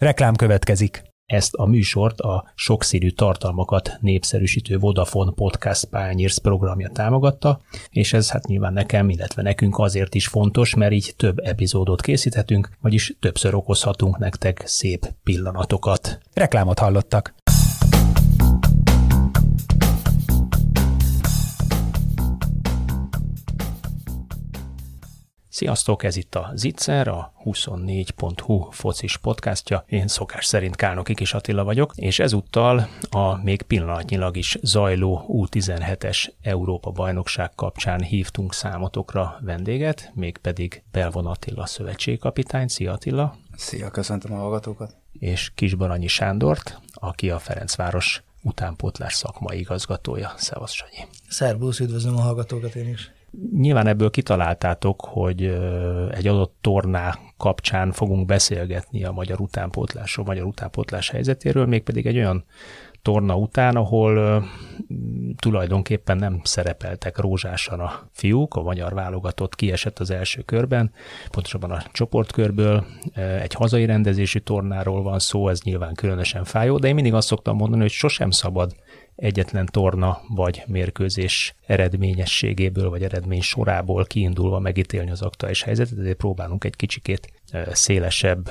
Reklám következik. Ezt a műsort a sokszínű tartalmakat népszerűsítő Vodafone Podcast Pioneers programja támogatta, és ez hát nyilván nekem, illetve nekünk azért is fontos, mert így több epizódot készíthetünk, vagyis többször okozhatunk nektek szép pillanatokat. Reklámot hallottak. Sziasztok, ez itt a Zicser, a 24.hu focis podcastja. Én szokás szerint Kálnoki Kis Attila vagyok, és ezúttal a még pillanatnyilag is zajló U17-es Európa-bajnokság kapcsán hívtunk számotokra vendéget, mégpedig Belvon Attila szövetségkapitány. Szia Attila! Szia, köszöntöm a hallgatókat! És Kisbaranyi Sándort, aki a Ferencváros utánpótlás szakmai igazgatója. Szevasz, Sanyi! Szervusz, üdvözlöm a hallgatókat én is! Nyilván ebből kitaláltátok, hogy egy adott torná kapcsán fogunk beszélgetni a magyar utánpótlásról, magyar utánpótlás helyzetéről, mégpedig egy olyan torna után, ahol tulajdonképpen nem szerepeltek rózsásan a fiúk, a magyar válogatott kiesett az első körben, pontosabban a csoportkörből, egy hazai rendezésű tornáról van szó, ez nyilván különösen fájó, de én mindig azt szoktam mondani, hogy sosem szabad egyetlen torna vagy mérkőzés eredményességéből vagy eredmény sorából kiindulva megítélni az aktuális helyzetet, ezért próbálunk egy kicsikét szélesebb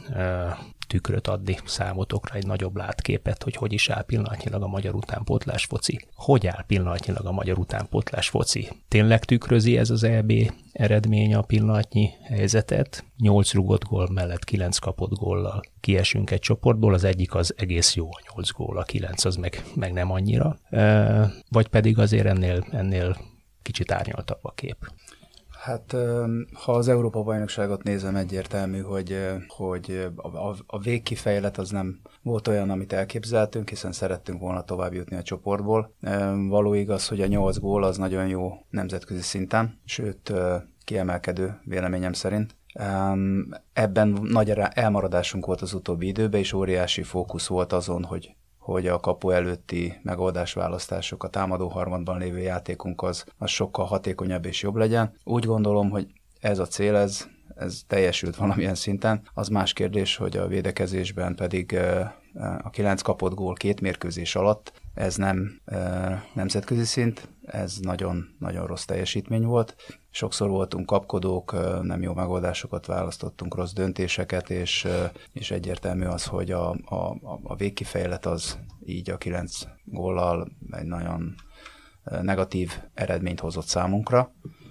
tükröt adni számotokra, egy nagyobb látképet, hogy is áll pillanatnyilag a magyar utánpótlás foci. Hogy áll pillanatnyilag a magyar utánpótlás foci? Tényleg tükrözi ez az EB eredmény a pillanatnyi helyzetet? 8 rúgott gól mellett 9 kapott góllal kiesünk egy csoportból, az egyik az egész jó, a 8 gól, a 9 az meg nem annyira. Vagy pedig azért ennél kicsit árnyaltabb a kép? Hát, ha az Európa-bajnokságot nézem, egyértelmű, hogy a végkifejlet az nem volt olyan, amit elképzeltünk, hiszen szerettünk volna tovább jutni a csoportból. Való igaz, hogy a 8 gól az nagyon jó nemzetközi szinten, sőt, kiemelkedő véleményem szerint. Ebben nagy elmaradásunk volt az utóbbi időben, és óriási fókusz volt azon, hogy a kapu előtti megoldásválasztások, a támadó harmadban lévő játékunk az sokkal hatékonyabb és jobb legyen. Úgy gondolom, hogy ez a cél, ez teljesült valamilyen szinten. Az más kérdés, hogy a védekezésben pedig a 9 kapott gól 2 mérkőzés alatt, ez nem nemzetközi szint, ez nagyon, nagyon rossz teljesítmény volt. Sokszor voltunk kapkodók, nem jó megoldásokat választottunk, rossz döntéseket, és egyértelmű az, hogy a végkifejlet az így a 9 góllal egy nagyon negatív eredményt hozott számunkra.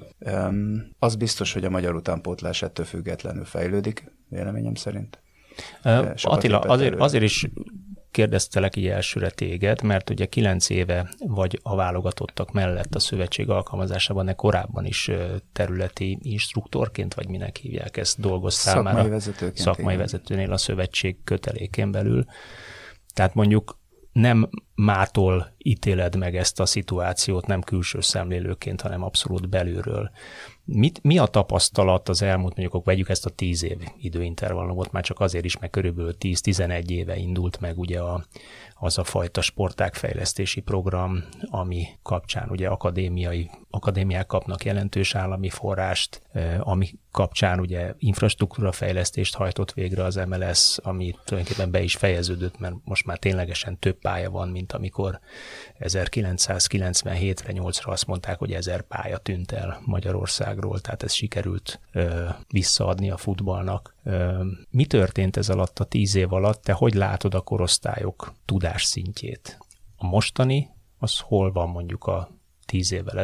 Az biztos, hogy a magyar utánpótlás ettől függetlenül fejlődik, véleményem szerint. Attila, azért is kérdeztelek így elsőre téged, mert ugye 9 éve vagy a válogatottak mellett a szövetség alkalmazásában, de korábban is területi instruktorként, vagy minek hívják ezt, dolgoztál már szakmai vezetőnél a szövetség kötelékén belül. Tehát mondjuk nem mától ítéled meg ezt a szituációt, nem külső szemlélőként, hanem abszolút belülről. Mi a tapasztalat az elmúlt, mondjuk vegyük ezt a 10 év időintervallumot, már csak azért is, mert körülbelül 10-11 éve indult meg ugye az a fajta sportágfejlesztési program, ami kapcsán ugye akadémiák kapnak jelentős állami forrást, ami kapcsán ugye infrastruktúrafejlesztést hajtott végre az MLS, ami tulajdonképpen be is fejeződött, mert most már ténylegesen több pálya van, mint amikor 1997-re, 8-ra azt mondták, hogy 1000 pálya tűnt el Magyarországról, tehát ez sikerült visszaadni a futballnak. Mi történt ez alatt a 10 év alatt? Te hogy látod a korosztályok tudásszintjét? A mostani, az hol van mondjuk a 10 évvel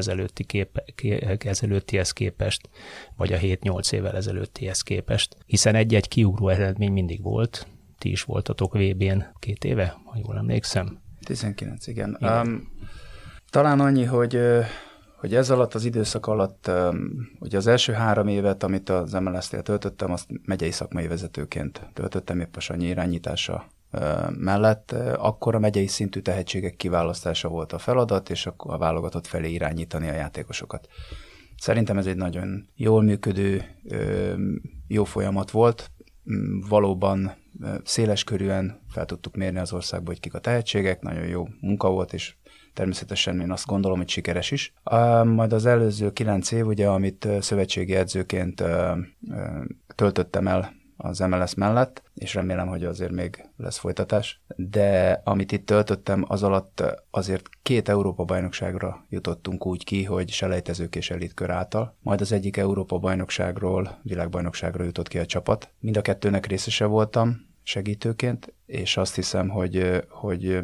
ezelőttihez képest, vagy a 7-8 évvel ezelőttihez képest? Hiszen egy-egy kiugró eredmény mindig volt. Ti is voltatok VB-n 2 éve, ha jól emlékszem. 19, igen. Talán annyi, hogy ez alatt az időszak alatt, ugye az első 3 évet, amit az MLS-nél töltöttem, azt megyei szakmai vezetőként töltöttem épp a Sanyi irányítása mellett. Akkor a megyei szintű tehetségek kiválasztása volt a feladat, és akkor a válogatott felé irányítani a játékosokat. Szerintem ez egy nagyon jól működő, jó folyamat volt. Valóban széleskörűen fel tudtuk mérni az országban, hogy kik a tehetségek, nagyon jó munka volt, és természetesen én azt gondolom, hogy sikeres is. Majd az előző 9 év, ugye, amit szövetségi edzőként töltöttem el az MLS mellett, és remélem, hogy azért még lesz folytatás. De amit itt töltöttem, az alatt azért 2 Európa-bajnokságra jutottunk úgy ki, hogy selejtezők és elitkör által. Majd az egyik Európa-bajnokságról világbajnokságra jutott ki a csapat. Mind a 2-nek részese voltam segítőként, és azt hiszem, hogy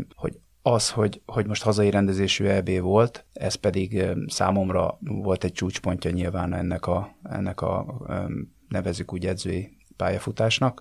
most hazai rendezésű EB volt, ez pedig számomra volt egy csúcspontja nyilván ennek a nevezzük úgy edzői pályafutásnak.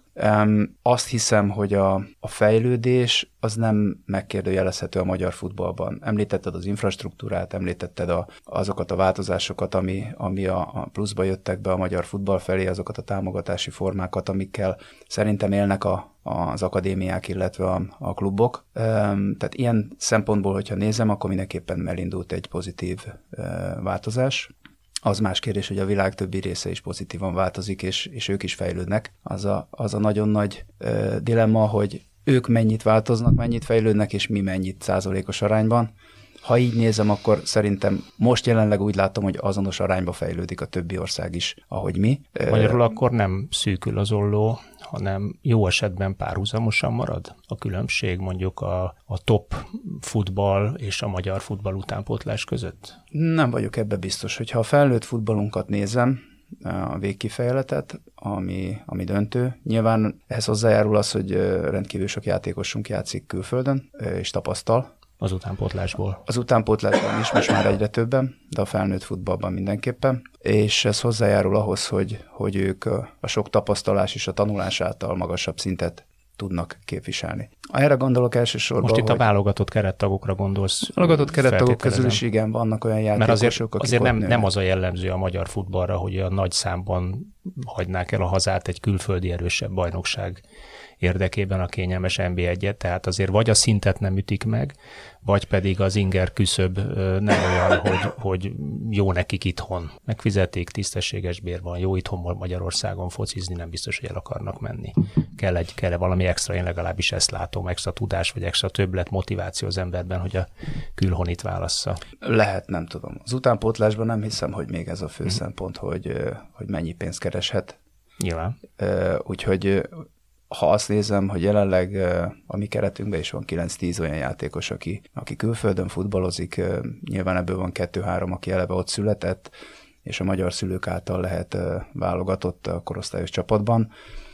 Azt hiszem, hogy a fejlődés az nem megkérdőjelezhető a magyar futballban. Említetted az infrastruktúrát, említetted azokat a változásokat, ami a pluszba jöttek be a magyar futball felé, azokat a támogatási formákat, amikkel szerintem élnek az akadémiák, illetve a klubok. Tehát ilyen szempontból, hogyha nézem, akkor mindenképpen elindult egy pozitív változás. Az más kérdés, hogy a világ többi része is pozitívan változik, és ők is fejlődnek. Az a nagyon nagy dilemma, hogy ők mennyit változnak, mennyit fejlődnek, és mi mennyit százalékos arányban. Ha így nézem, akkor szerintem most jelenleg úgy látom, hogy azonos arányba fejlődik a többi ország is, ahogy mi. Magyarul akkor nem szűkül az olló, hanem jó esetben párhuzamosan marad a különbség mondjuk a top futball és a magyar futball utánpótlás között? Nem vagyok ebbe biztos, hogyha a felnőtt futballunkat nézem, a végkifejletet, ami döntő. Nyilván ehhez hozzájárul az, hogy rendkívül sok játékosunk játszik külföldön, és tapasztal. Az utánpótlásból. Az utánpótlásban is most már egyre többen, de a felnőtt futballban mindenképpen. És ez hozzájárul ahhoz, hogy ők a sok tapasztalás és a tanulás által magasabb szintet tudnak képviselni. Erre gondolok elsősorban, most itt a válogatott kerettagokra gondolsz. A válogatott kerettagok közül is igen, vannak olyan játékosok, akik azért nem az a jellemző a magyar futballra, hogy a nagy számban hagynák el a hazát egy külföldi erősebb bajnokság érdekében a kényelmes NB1-et, tehát azért vagy a szintet nem ütik meg, vagy pedig az inger küszöb nem olyan, hogy jó nekik itthon. Megfizetik, tisztességes bér van, jó itthon Magyarországon focizni, nem biztos, hogy el akarnak menni. Kell valami extra, én legalábbis ezt látom, extra tudás, vagy extra többlet motiváció az emberben, hogy a külhonit válassza. Lehet, nem tudom. Az utánpótlásban nem hiszem, hogy még ez a fő szempont, hogy mennyi pénzt kereshet. Nyilván. Úgyhogy ha azt nézem, hogy jelenleg a mi keretünkben is van 9-10 olyan játékos, aki külföldön futballozik, nyilván ebből van 2-3, aki eleve ott született, és a magyar szülők által lehet válogatott a korosztályos csapatban.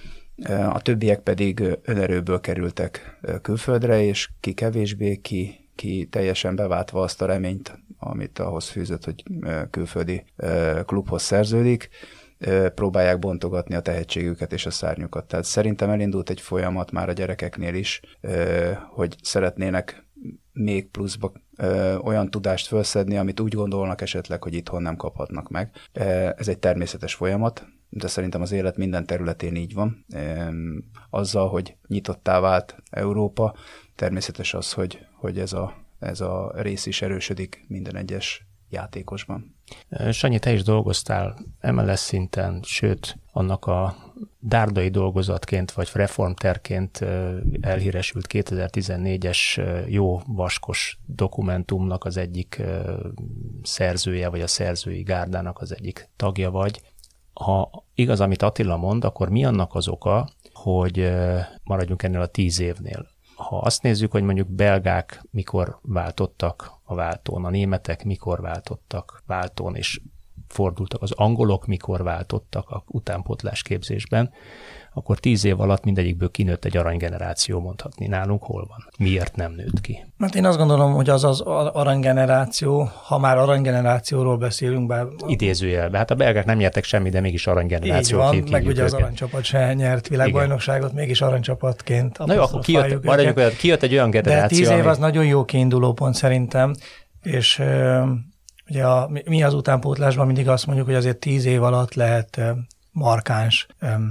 A többiek pedig önerőből kerültek külföldre, és ki kevésbé, ki teljesen beváltva azt a reményt, amit ahhoz fűzött, hogy külföldi klubhoz szerződik, próbálják bontogatni a tehetségüket és a szárnyukat. Tehát szerintem elindult egy folyamat már a gyerekeknél is, hogy szeretnének még pluszba olyan tudást felszedni, amit úgy gondolnak esetleg, hogy itthon nem kaphatnak meg. Ez egy természetes folyamat, de szerintem az élet minden területén így van. Azzal, hogy nyitottá vált Európa, természetes az, hogy ez a rész is erősödik minden egyes játékosban. Sanyi, te is dolgoztál MLS szinten, sőt, annak a dárdai dolgozatként vagy reformterként elhíresült 2014-es jó vaskos dokumentumnak az egyik szerzője, vagy a szerzői gárdának az egyik tagja vagy. Ha igaz, amit Attila mond, akkor mi annak az oka, hogy maradjunk ennél a 10 évnél? Ha azt nézzük, hogy mondjuk belgák mikor váltottak a váltón, a németek mikor váltottak váltón, és fordultak, az angolok mikor váltottak a utánpótlás képzésben, akkor 10 év alatt mindegyikből kinőtt egy aranygeneráció, mondhatni. Nálunk hol van? Miért nem nőtt ki? Mert én azt gondolom, hogy az aranygeneráció, ha már aranygenerációról beszélünk, bár... Idézőjelben. Hát a belgák nem nyertek semmit, de mégis aranygeneráció. Így van, meg ugye az aranycsapat se nyert világbajnokságot, igen. Mégis aranycsapatként. Na jó, akkor kijött egy olyan generáció. De 10 év az nagyon jó kiinduló pont szerintem, és ugye mi az utánpótlásban mindig azt mondjuk, hogy azért 10 év alatt lehet markáns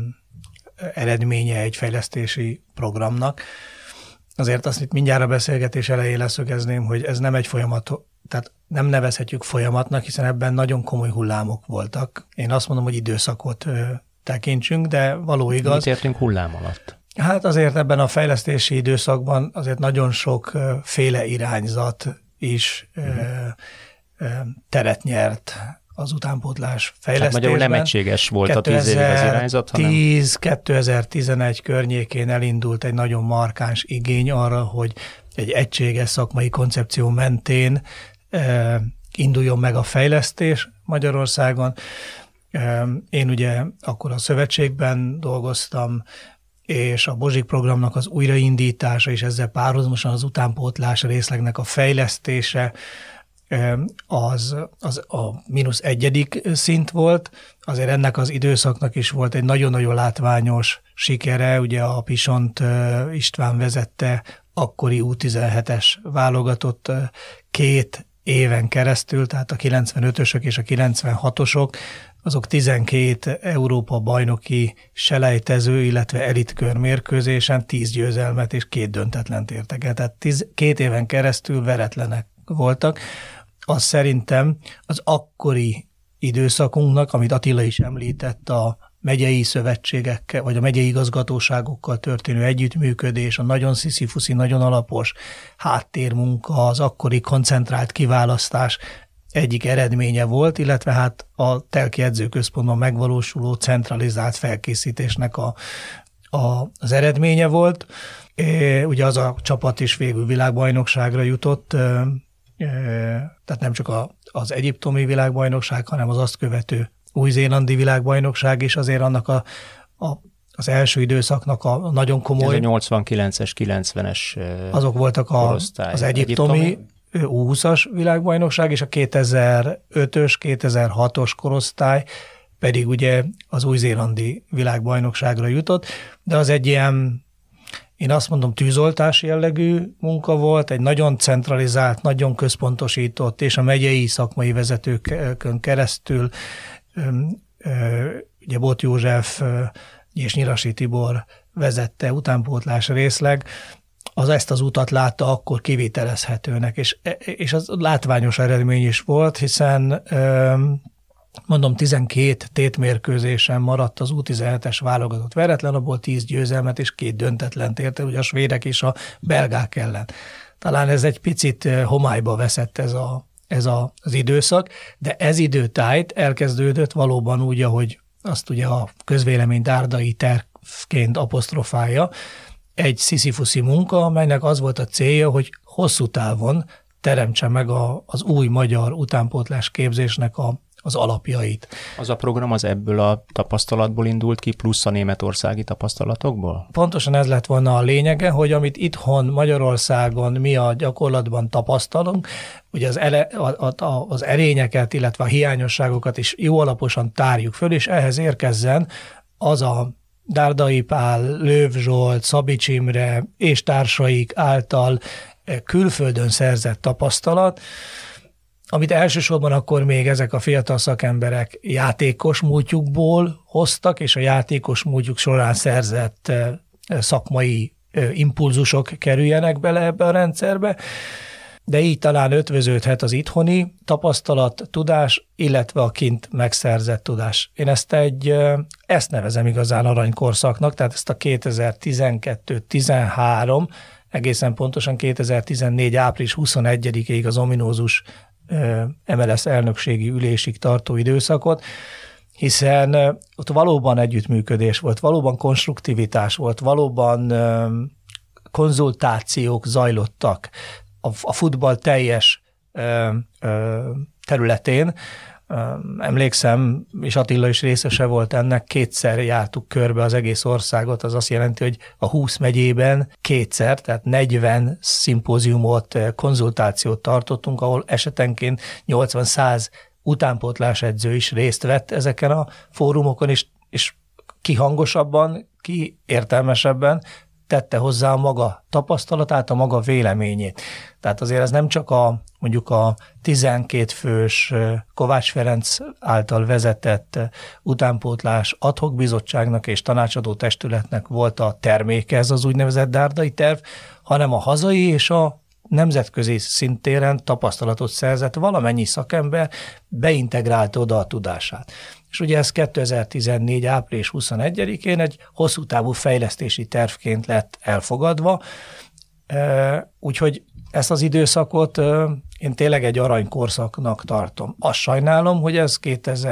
eredménye egy fejlesztési programnak. Azért azt itt mindjárt a beszélgetés elején leszögezném, hogy ez nem egy folyamat, tehát nem nevezhetjük folyamatnak, hiszen ebben nagyon komoly hullámok voltak. Én azt mondom, hogy időszakot tekintsünk, de való igaz. Mit értünk hullám alatt? Hát azért ebben a fejlesztési időszakban azért nagyon sok féle irányzat is teret nyert az utánpótlás fejlesztésben. Tehát magyarul nem egységes volt a 10 évig az irányzat, hanem... 2011 környékén elindult egy nagyon markáns igény arra, hogy egy egységes szakmai koncepció mentén induljon meg a fejlesztés Magyarországon. Én ugye akkor a szövetségben dolgoztam, és a Bozsik programnak az újraindítása, és ezzel párhuzamosan az utánpótlás részlegnek a fejlesztése, az a -1. Szint volt. Azért ennek az időszaknak is volt egy nagyon-nagyon látványos sikere. Ugye a Pisont István vezette akkori U17-es válogatott 2 éven keresztül, tehát a 95-ösök és a 96-osok, azok 12 Európa bajnoki selejtező, illetve elitkör mérkőzésen 10 győzelmet és 2 döntetlent értek el. Tehát 2 éven keresztül veretlenek voltak. Az szerintem az akkori időszakunknak, amit Attila is említett, a megyei szövetségekkel, vagy a megyei igazgatóságokkal történő együttműködés, a nagyon sziszifuszi, nagyon alapos háttérmunka, az akkori koncentrált kiválasztás egyik eredménye volt, illetve hát a Telki edzőközpontban megvalósuló centralizált felkészítésnek az eredménye volt. Ugye az a csapat is végül világbajnokságra jutott, tehát nem csak az egyiptomi világbajnokság, hanem az azt követő új-zélandi világbajnokság is azért annak az első időszaknak a nagyon komoly... Ez a 89-es, 90-es azok voltak az egyiptomi U20-as világbajnokság, és a 2005-ös, 2006-os korosztály pedig ugye az új-zélandi világbajnokságra jutott, de az egy ilyen, én azt mondom, tűzoltás jellegű munka volt, egy nagyon centralizált, nagyon központosított, és a megyei szakmai vezetőkön keresztül, ugye Bot József és Nyirasi Tibor vezette utánpótlás részleg, az ezt az utat látta akkor kivitelezhetőnek, és az látványos eredmény is volt, hiszen mondom, 12 tétmérkőzésen maradt az U17-es válogatott veretlen, abból 10 győzelmet és 2 döntetlent ért el, ugye a svédek és a belgák ellen. Talán ez egy picit homályba veszett ez az időszak, de ez időtájt elkezdődött valóban úgy, ahogy azt ugye a közvélemény dárdai tervként apostrofálja, egy sziszifuszi munka, amelynek az volt a célja, hogy hosszú távon teremtse meg az új magyar utánpótlás képzésnek az alapjait. Az a program az ebből a tapasztalatból indult ki, plusz a németországi tapasztalatokból? Pontosan ez lett volna a lényege, hogy amit itthon Magyarországon mi a gyakorlatban tapasztalunk, ugye az erényeket, illetve a hiányosságokat is jó alaposan tárjuk föl, és ehhez érkezzen az a Dárdai Pál, Löw Zsolt, Szabics Imre és társaik által külföldön szerzett tapasztalat, amit elsősorban akkor még ezek a fiatal szakemberek játékos múltjukból hoztak, és a játékos múltjuk során szerzett szakmai impulzusok kerüljenek bele ebbe a rendszerbe, de így talán ötvöződhet az itthoni tapasztalat, tudás, illetve a kint megszerzett tudás. Én ezt nevezem igazán aranykorszaknak, tehát ezt a 2012-13, egészen pontosan 2014. április 21-ig az ominózus MLS elnökségi ülésig tartó időszakot, hiszen ott valóban együttműködés volt, valóban konstruktivitás volt, valóban konzultációk zajlottak a futball teljes területén. Emlékszem, és Attila is részese volt ennek, 2-szer jártuk körbe az egész országot, az azt jelenti, hogy a 20 megyében 2-szer, tehát 40 szimpóziumot, konzultációt tartottunk, ahol esetenként 80-100 utánpótlás edző is részt vett ezeken a fórumokon, és ki hangosabban, ki értelmesebben tette hozzá a maga tapasztalatát, a maga véleményét. Tehát azért ez nem csak mondjuk a 12 fős Kovács Ferenc által vezetett utánpótlás ad hoc bizottságnak és tanácsadó testületnek volt a terméke, ez az úgynevezett dárdai terv, hanem a hazai és a nemzetközi szintéren tapasztalatot szerzett valamennyi szakember beintegrálta oda a tudását. És ugye ez 2014. április 21-én egy hosszú távú fejlesztési tervként lett elfogadva, úgyhogy ezt az időszakot én tényleg egy aranykorszaknak tartom. Azt sajnálom, hogy ez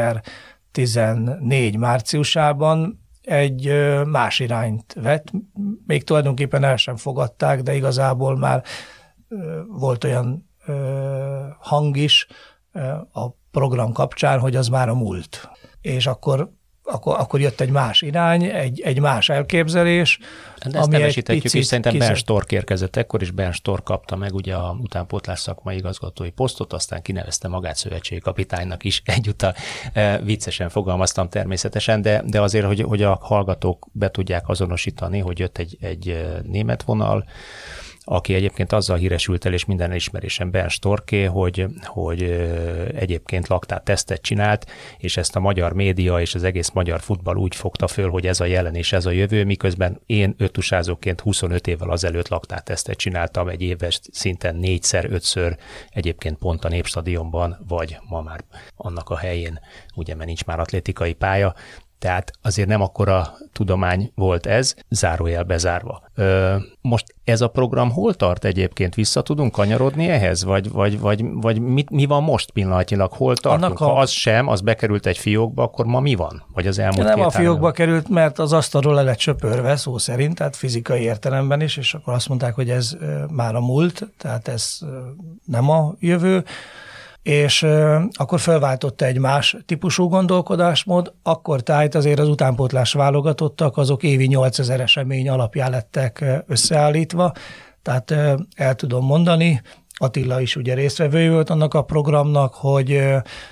2014 márciusában egy más irányt vett, még tulajdonképpen el sem fogadták, de igazából már volt olyan hang is a program kapcsán, hogy az már a múlt. És akkor jött egy más irány, egy más elképzelés. De ezt nevesíthetjük is, szerintem Bernd Stork érkezett ekkor, és Bernd Stork kapta meg ugye a utánpótlás szakmai igazgatói posztot, aztán kinevezte magát szövetségi kapitánynak is, egyúttal viccesen fogalmaztam természetesen, de azért, hogy a hallgatók be tudják azonosítani, hogy jött egy német vonal, aki egyébként azzal híresült el, és minden elismerésen Bernd Storké, hogy egyébként laktáttesztet csinált, és ezt a magyar média és az egész magyar futball úgy fogta föl, hogy ez a jelen és ez a jövő, miközben én öttusázóként 25 évvel azelőtt laktáttesztet csináltam egy éves szinten 4-5-ször, egyébként pont a Népstadionban, vagy ma már annak a helyén, ugye, mert nincs már atlétikai pálya, tehát azért nem akkora tudomány volt ez, zárójel bezárva. Most ez a program hol tart egyébként? Vissza tudunk kanyarodni ehhez? Vagy mi van most pillanatnyilag? Hol tartunk? Ha az sem, az bekerült egy fiókba, akkor ma mi van? Vagy az elmúlt nem a fiókba került, mert az asztalról le lett söpörve, szó szerint, tehát fizikai értelemben is, és akkor azt mondták, hogy ez már a múlt, tehát ez nem a jövő. És akkor felváltotta egy más típusú gondolkodásmód, akkor tájt azért az utánpótlás válogatottak, azok évi 8000 esemény alapján lettek összeállítva, tehát el tudom mondani, Attila is ugye résztvevő volt annak a programnak, hogy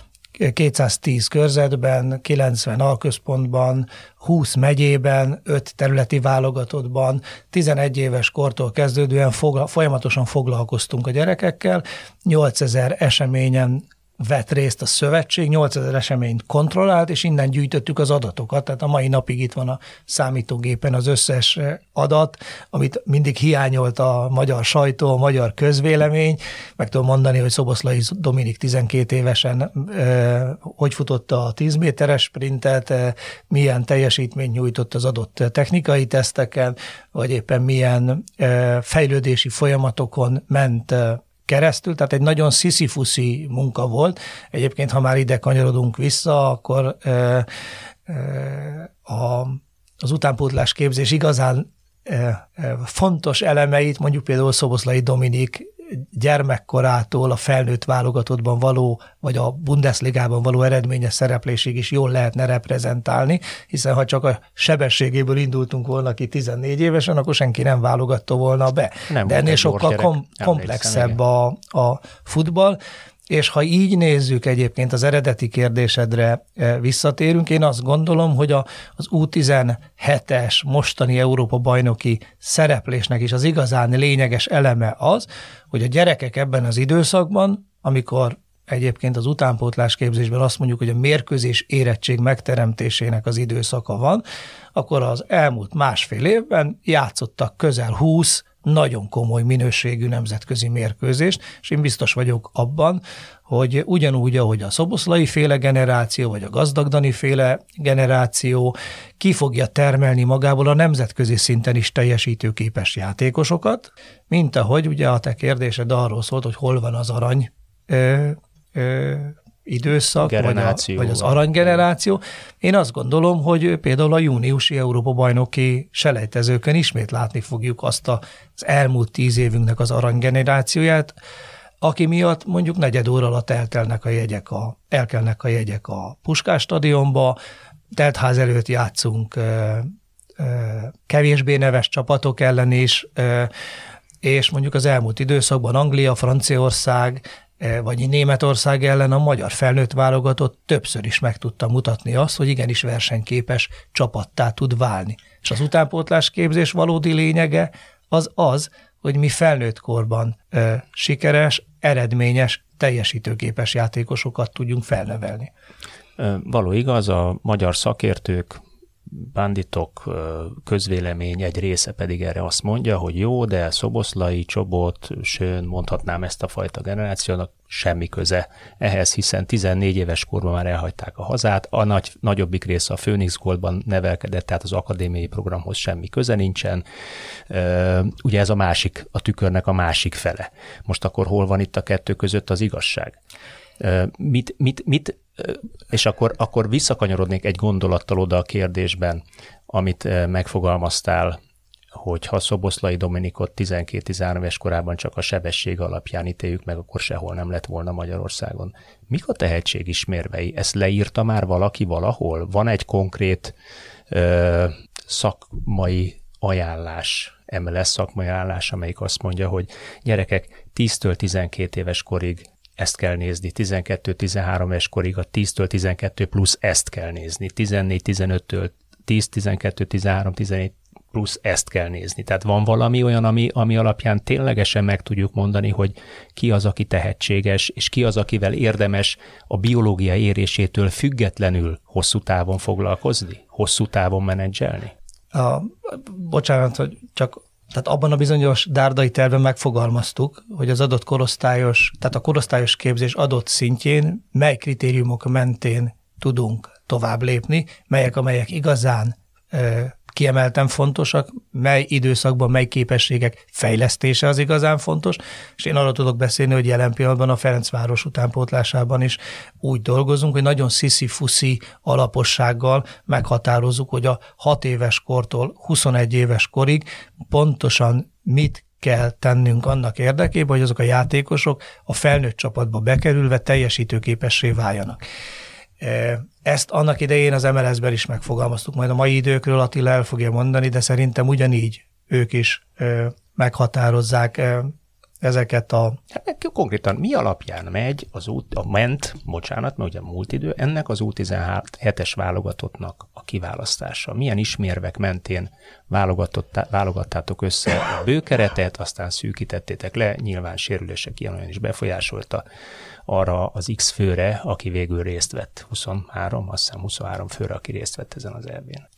210 körzetben, 90 alközpontban, 20 megyében, 5 területi válogatottban, 11 éves kortól kezdődően folyamatosan foglalkoztunk a gyerekekkel, 8000 eseményen vett részt a szövetség, 8000 eseményt kontrollált, és innen gyűjtöttük az adatokat, tehát a mai napig itt van a számítógépen az összes adat, amit mindig hiányolt a magyar sajtó, a magyar közvélemény. Meg tudom mondani, hogy Szoboszlai Dominik 12 évesen hogy futotta a 10 méteres sprintet, milyen teljesítményt nyújtott az adott technikai teszteken, vagy éppen milyen fejlődési folyamatokon ment keresztül, tehát egy nagyon sziszifuszi munka volt. Egyébként, ha már ide kanyarodunk vissza, akkor az utánpótlás képzés igazán fontos elemeit, mondjuk például Szoboszlai Dominik gyermekkorától a felnőtt válogatottban való, vagy a Bundesligában való eredményes szereplésig is jól lehetne reprezentálni, hiszen ha csak a sebességéből indultunk volna ki 14 évesen, akkor senki nem válogatta volna be. De ennél sokkal komplexebb a futball, és ha így nézzük egyébként az eredeti kérdésedre visszatérünk, én azt gondolom, hogy az U17-es mostani Európa-bajnoki szereplésnek is az igazán lényeges eleme az, hogy a gyerekek ebben az időszakban, amikor egyébként az utánpótlás képzésben azt mondjuk, hogy a mérkőzés érettség megteremtésének az időszaka van, akkor az elmúlt másfél évben játszottak közel 20 nagyon komoly minőségű nemzetközi mérkőzést, és én biztos vagyok abban, hogy ugyanúgy, ahogy a Szoboszlai féle generáció, vagy a Gazdag Dani féle generáció ki fogja termelni magából a nemzetközi szinten is teljesítőképes játékosokat, mint ahogy ugye a te kérdésed arról szólt, hogy hol van az arany időszak, vagy az aranygeneráció. Én azt gondolom, hogy például a júniusi Európa-bajnoki selejtezőkön ismét látni fogjuk azt az elmúlt 10 évünknek az aranygenerációját, aki miatt mondjuk negyed óra alatt elkelnek a jegyek a Puskás stadionba, teltház előtt játszunk kevésbé neves csapatok ellen is, és mondjuk az elmúlt időszakban Anglia, Franciaország, vagy Németország ellen a magyar felnőtt válogatott többször is meg tudta mutatni azt, hogy igenis versenyképes csapattá tud válni. És az utánpótlás képzés valódi lényege az, hogy mi felnőtt korban sikeres, eredményes, teljesítőképes játékosokat tudjunk felnevelni. Való igaz, a magyar szakértők banditok közvélemény egy része pedig erre azt mondja, hogy jó, de Szoboszlai, Csobot, Schön, mondhatnám ezt a fajta generációnak, semmi köze ehhez, hiszen 14 éves korban már elhagyták a hazát, a nagyobbik része a Phoenix Goldban nevelkedett, tehát az akadémiai programhoz semmi köze nincsen. Ugye ez a tükörnek a másik fele. Most akkor hol van itt a kettő között az igazság? És akkor visszakanyarodnék egy gondolattal oda a kérdésben, amit megfogalmaztál, hogy ha Szoboszlai Dominikot 12-13 éves korában csak a sebesség alapján ítéljük meg, akkor sehol nem lett volna Magyarországon. Mik a tehetségismérvei? Ezt leírta már valaki valahol? Van egy konkrét szakmai ajánlás, MLS szakmai ajánlás, amelyik azt mondja, hogy gyerekek, 10-től 12 éves korig ezt kell nézni, 12-13 éves korig a 10-től 12 plusz ezt kell nézni, 14-15-től 10-12-13-14 plusz ezt kell nézni. Tehát van valami olyan, ami alapján ténylegesen meg tudjuk mondani, hogy ki az, aki tehetséges, és ki az, akivel érdemes a biológia érésétől függetlenül hosszú távon foglalkozni, hosszú távon menedzselni? Bocsánat, hogy csak tehát abban a bizonyos dárdai tervben megfogalmaztuk, hogy az adott korosztályos, tehát a korosztályos képzés adott szintjén mely kritériumok mentén tudunk tovább lépni, amelyek igazán kiemelten fontosak, mely időszakban mely képességek fejlesztése az igazán fontos, és én arról tudok beszélni, hogy jelen pillanatban a Ferencváros utánpótlásában is úgy dolgozunk, hogy nagyon sziszi-fuszi alapossággal meghatározzuk, hogy a 6 éves kortól 21 éves korig pontosan mit kell tennünk annak érdekében, hogy azok a játékosok a felnőtt csapatba bekerülve teljesítőképessé váljanak. Ezt annak idején az MLS-ben is megfogalmaztuk, majd a mai időkről Attila el fogja mondani, de szerintem ugyanígy ők is meghatározzák ezeket a... Hát konkrétan mi alapján megy mert ugye múlt idő, ennek az U17-es válogatottnak a kiválasztása? Milyen ismérvek mentén válogattátok össze a bőkeretet, aztán szűkítettétek le, nyilván sérülések ilyen-olyan is befolyásolta arra az X főre, aki végül részt vett, 23 főre, aki részt vett ezen az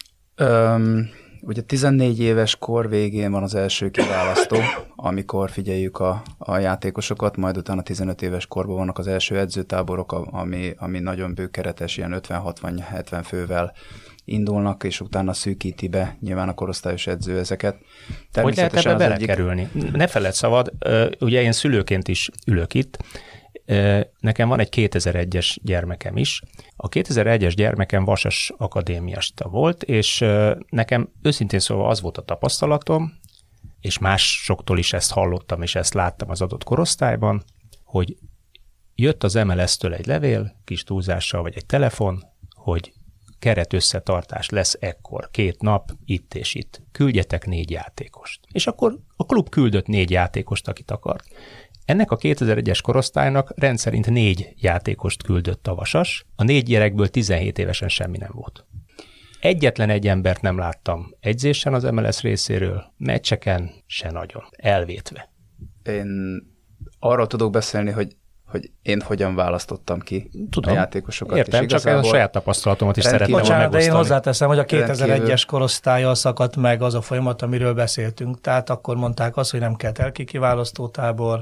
EB-n. Ugye 14 éves kor végén van az első kiválasztó, amikor figyeljük a játékosokat, majd utána 15 éves korban vannak az első edzőtáborok, ami nagyon bőkeretes, ilyen 50-60-70 fővel indulnak, és utána szűkíti be nyilván a korosztályos edző ezeket. Hogy lehet ebbe belekerülni? Ne feledd szabad, ugye én szülőként is ülök itt, nekem van egy 2001-es gyermekem is. A 2001-es gyermekem vasas akadémiasta volt, és nekem őszintén szóval az volt a tapasztalatom, és másoktól is ezt hallottam, és ezt láttam az adott korosztályban, hogy jött az MLS-től egy levél, kis túlzással, vagy egy telefon, hogy keret összetartás lesz ekkor, 2 nap, itt és itt. Küldjetek 4 játékost. És akkor a klub küldött 4 játékost, akit akart. Ennek a 2001-es korosztálynak rendszerint 4 játékost küldött a Vasas, a 4 gyerekből 17 évesen semmi nem volt. Egyetlen egy embert nem láttam edzésen az MLS részéről, meccseken se nagyon, elvétve. Én arról tudok beszélni, hogy én hogyan választottam ki a játékosokat. Értem, csak a saját tapasztalatomat is szeretném megosztani. De én hozzáteszem, hogy a 2001-es korosztállyal szakadt meg az a folyamat, amiről beszéltünk. Tehát akkor mondták azt, hogy nem kell telki kiválasztótábor.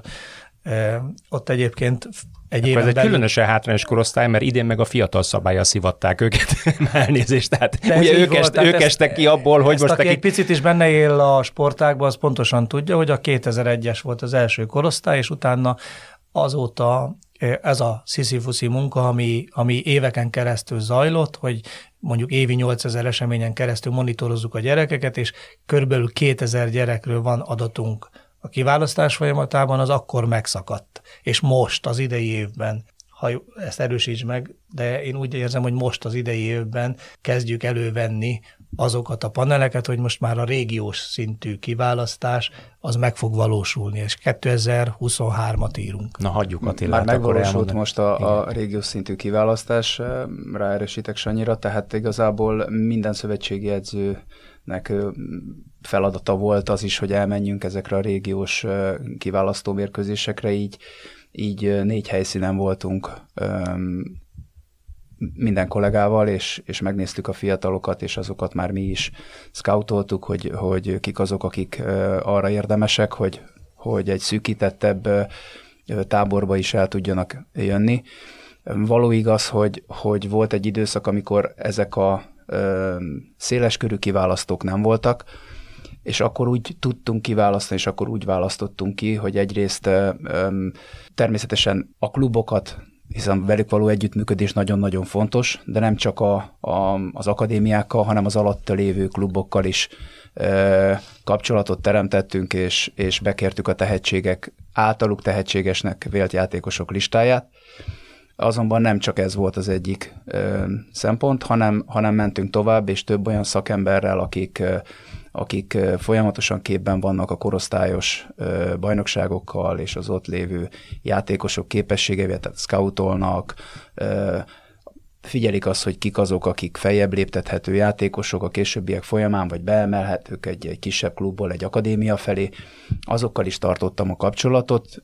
Ott egyébként egy éven belül... Ez egy különösen hátrányos korosztály, mert idén meg a fiatal szabállyal szivatták őket. Elnézést, tehát ugye ők estek ki abból, hogy most... Aki egy picit is benne él a sportágban, az pontosan tudja, hogy a 2001-es volt az első korosztály, és utána azóta ez a sziszifuszi munka, ami éveken keresztül zajlott, hogy mondjuk évi 8000 eseményen keresztül monitorozzuk a gyerekeket, és körülbelül 2000 gyerekről van adatunk a kiválasztás folyamatában, az akkor megszakadt. És most, az idei évben, ha ezt erősíts meg, de én úgy érzem, hogy most az idei évben kezdjük elővenni azokat a paneleket, hogy most már a régiós szintű kiválasztás az meg fog valósulni, és 2023-at írunk. Na, hagyjuk Attilát. Már megvalósult most a régiós szintű kiválasztás, ráerősítek Sanyira, tehát igazából minden szövetségi edzőnek feladata volt az is, hogy elmenjünk ezekre a régiós kiválasztó mérkőzésekre, így 4 helyszínen voltunk minden kollégával, és megnéztük a fiatalokat, és azokat már mi is scoutoltuk, hogy kik azok, akik arra érdemesek, hogy egy szűkítettebb táborba is el tudjanak jönni. Való igaz, hogy volt egy időszak, amikor ezek a széleskörű kiválasztók nem voltak, és akkor úgy tudtunk kiválasztani, és akkor úgy választottunk ki, hogy egyrészt természetesen a klubokat, hiszen velük való együttműködés nagyon-nagyon fontos, de nem csak az akadémiákkal, hanem az alatta lévő klubokkal is kapcsolatot teremtettünk, és bekértük a általuk tehetségesnek vélt játékosok listáját. Azonban nem csak ez volt az egyik szempont, hanem mentünk tovább, és több olyan szakemberrel, akik folyamatosan képben vannak a korosztályos bajnokságokkal, és az ott lévő játékosok képességeivel, tehát scoutolnak, figyelik azt, hogy kik azok, akik feljebb léptethető játékosok a későbbiek folyamán, vagy beemelhetők egy kisebb klubból egy akadémia felé. Azokkal is tartottam a kapcsolatot,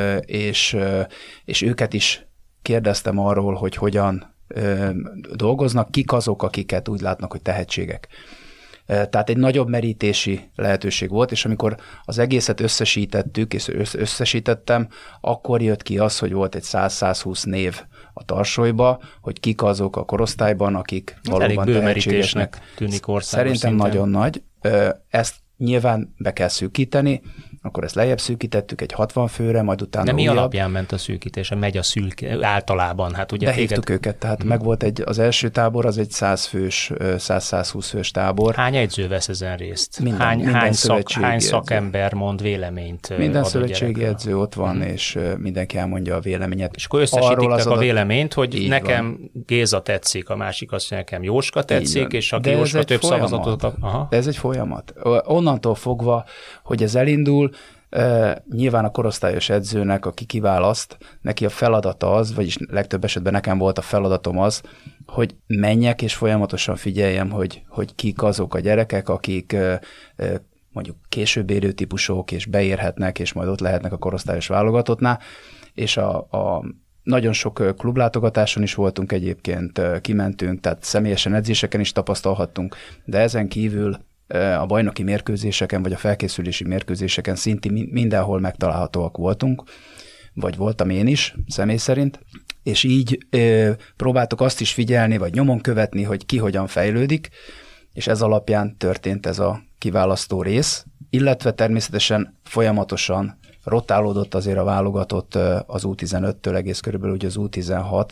és őket is kérdeztem arról, hogy hogyan dolgoznak, kik azok, akiket úgy látnak, hogy tehetségek. Tehát egy nagyobb merítési lehetőség volt, és amikor az egészet összesítettük, és összesítettem, akkor jött ki az, hogy volt egy 100-120 név a tarsolyba, hogy kik azok a korosztályban, akik valóban tehetségesnek tűnik országos Szerintem szinten. nagyon nagy. Ezt nyilván be kell szűkíteni, akkor ezt lejjebb szűkítettük egy 60 főre, majd utána de mi újabb. alapján ment a szűkítése? Megy a általában? Hát ugye behívtuk őket, tehát meg volt az első tábor, az egy 100 fős, 100-120 fős tábor. Hány edző vesz ezen részt? Minden hány szakember mond véleményt? Minden szövetségi edző ott van, és mindenki elmondja a véleményet. És akkor összesítik a véleményt, hogy nekem van. Géza tetszik, a másik azt mondja, nekem Jóska tetszik, és aki de Jóska több szavazatot kap. De ez egy folyamat. Onnantól fogva, hogy ez elindul, nyilván a korosztályos edzőnek, aki kiválaszt, neki a feladata az, vagyis legtöbb esetben nekem volt a feladatom az, hogy menjek és folyamatosan figyeljem, hogy kik azok a gyerekek, akik mondjuk később érő típusok, és beérhetnek, és majd ott lehetnek a korosztályos válogatottnál, és nagyon sok klublátogatáson is voltunk egyébként, kimentünk, tehát személyesen edzéseken is tapasztalhattunk, de ezen kívül a bajnoki mérkőzéseken, vagy a felkészülési mérkőzéseken szinte mindenhol megtalálhatóak voltunk, vagy voltam én is, személy szerint, és így próbáltuk azt is figyelni, vagy nyomon követni, hogy ki hogyan fejlődik, és ez alapján történt ez a kiválasztó rész, illetve természetesen folyamatosan rotálódott azért a válogatott az U15-től egész körülbelül ugye az U16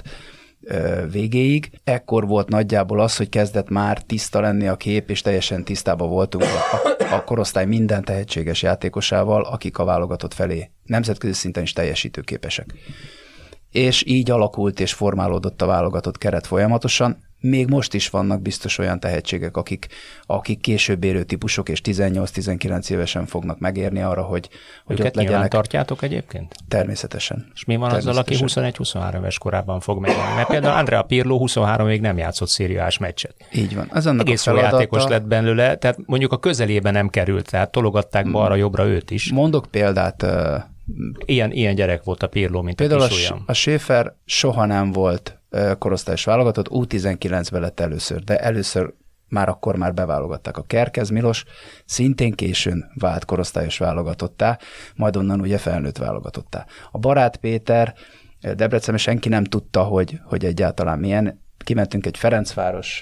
végéig. Ekkor volt nagyjából az, hogy kezdett már tiszta lenni a kép, és teljesen tisztában voltunk a korosztály minden tehetséges játékosával, akik a válogatott felé nemzetközi szinten is teljesítőképesek. És így alakult és formálódott a válogatott keret folyamatosan. Még most is vannak biztos olyan tehetségek, akik később érő típusok, és 18-19 évesen fognak megérni arra, hogy ott legyenek. Tartjátok egyébként? Természetesen. És mi van azzal, aki 21-23 éves korában fog megérni? Mert például Andrea Pirlo 23 még nem játszott szériás meccset. Így van. Ez annak egész jó játékos lett belőle, tehát mondjuk a közelében nem került, tehát tologatták balra-jobbra őt is. Mondok példát. Ilyen gyerek volt a Pirlo, mint például a Kisolyam. A Schäfer soha nem volt korosztályos válogatott, U19-ben lett először, de először akkor már beválogatták. A Kerkez Milos szintén későn vált korosztályos válogatottá, majd onnan ugye felnőtt válogatottá. A Barát Péter Debrecenben senki nem tudta, hogy egyáltalán milyen. Kimentünk egy Ferencváros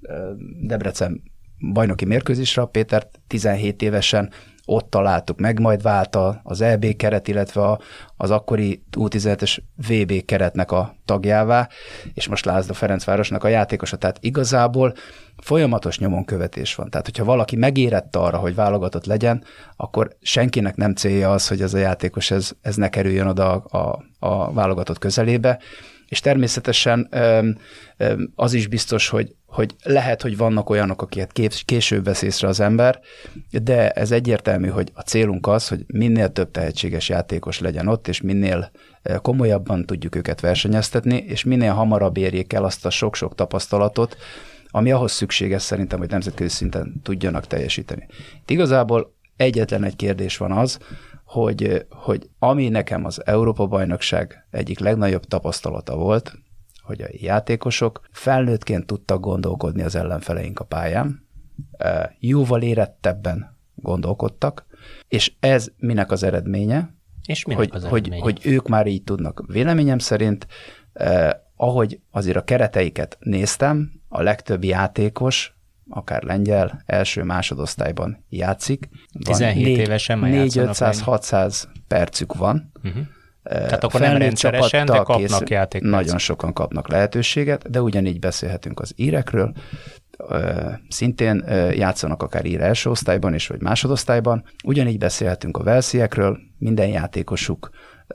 Debrecen bajnoki mérkőzésre, a Pétert 17 évesen ott találtuk meg, majd vált az EB keret, illetve az akkori U17-es VB keretnek a tagjává, és most Lázda Ferencvárosnak a játékosa. Tehát igazából folyamatos nyomonkövetés van. Tehát, hogyha valaki megérett arra, hogy válogatott legyen, akkor senkinek nem célja az, hogy ez a játékos ez ne kerüljön oda a válogatott közelébe. És természetesen az is biztos, hogy lehet, hogy vannak olyanok, akiket később vesz észre az ember, de ez egyértelmű, hogy a célunk az, hogy minél több tehetséges játékos legyen ott, és minél komolyabban tudjuk őket versenyeztetni, és minél hamarabb érjék el azt a sok-sok tapasztalatot, ami ahhoz szükséges szerintem, hogy nemzetközi szinten tudjanak teljesíteni. Itt igazából egyetlen egy kérdés van az, hogy ami nekem az Európa-bajnokság egyik legnagyobb tapasztalata volt, hogy a játékosok felnőttként tudtak gondolkodni az ellenfeleink a pályán, jóval érettebben gondolkodtak, és ez minek az eredménye? És minek az eredménye? Hogy ők már így tudnak. Véleményem szerint, ahogy azért a kereteiket néztem, a legtöbb játékos, akár lengyel, első másodosztályban játszik. 17 évesen már játszanak. 400-600 percük van. Tehát akkor nem rendszeresen, de kapnak játékpercet. Nagyon sokan kapnak lehetőséget, de ugyanígy beszélhetünk az írekről. Szintén játszanak akár ír első osztályban is, vagy másodosztályban. Ugyanígy beszélhetünk a walesiekről, minden játékosuk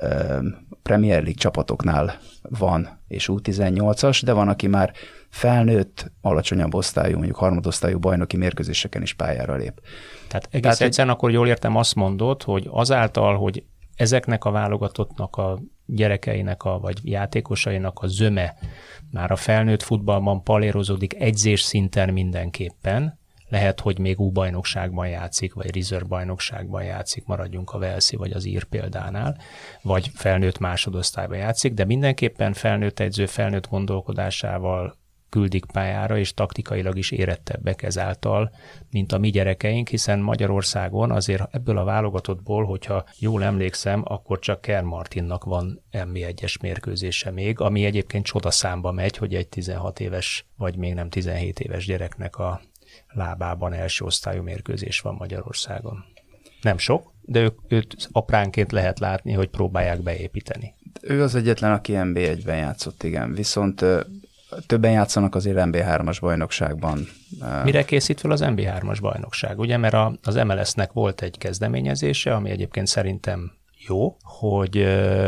Premier League csapatoknál van, és U18-as, de van, aki már felnőtt, alacsonyabb osztályú, mondjuk harmadosztályú bajnoki mérkőzéseken is pályára lép. Tehát egész egyszerűen akkor jól értem, azt mondod, hogy azáltal, hogy ezeknek a válogatottnak a gyerekeinek, vagy játékosainak a zöme már a felnőtt futballban palérozódik edzés szinten mindenképpen, lehet, hogy még U-bajnokságban játszik, vagy reserve bajnokságban játszik, maradjunk a walesi vagy az ír példánál, vagy felnőtt másodosztályban játszik, de mindenképpen felnőtt edző, felnőtt gondolkodásával küldik pályára, és taktikailag is érettebbek ezáltal, mint a mi gyerekeink, hiszen Magyarországon azért ebből a válogatottból, hogyha jól emlékszem, akkor csak Kern Martinnak van NB1-es mérkőzése még, ami egyébként csodaszámba megy, hogy egy 16 éves, vagy még nem 17 éves gyereknek a lábában első osztályú mérkőzés van Magyarországon. Nem sok, de őt apránként lehet látni, hogy próbálják beépíteni. Ő az egyetlen, aki NB1-ben játszott, igen. Viszont többen játszanak azért NB3-as bajnokságban. Mire készít fel az NB3-as bajnokság? Ugye, mert az MLS-nek volt egy kezdeményezése, ami egyébként szerintem jó, hogy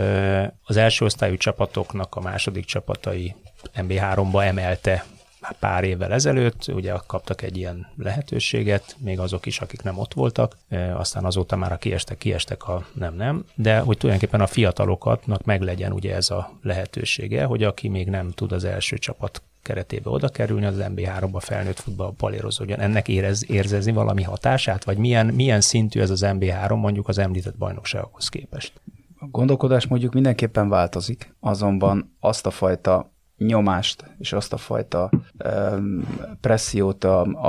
az első osztályú csapatoknak a második csapatai NB3-ba emelte pár évvel ezelőtt, ugye kaptak egy ilyen lehetőséget, még azok is, akik nem ott voltak, aztán azóta már a kiestek a nem, de hogy tulajdonképpen a fiatalokatnak meglegyen ugye ez a lehetősége, hogy aki még nem tud az első csapat keretébe oda kerülni, az NB3-ba felnőtt futball palérozódjon. Ennek érzezni valami hatását, vagy milyen szintű ez az NB3 mondjuk az említett bajnokságokhoz képest? A gondolkodás mondjuk mindenképpen változik, azonban azt a fajta nyomást és azt a fajta pressziót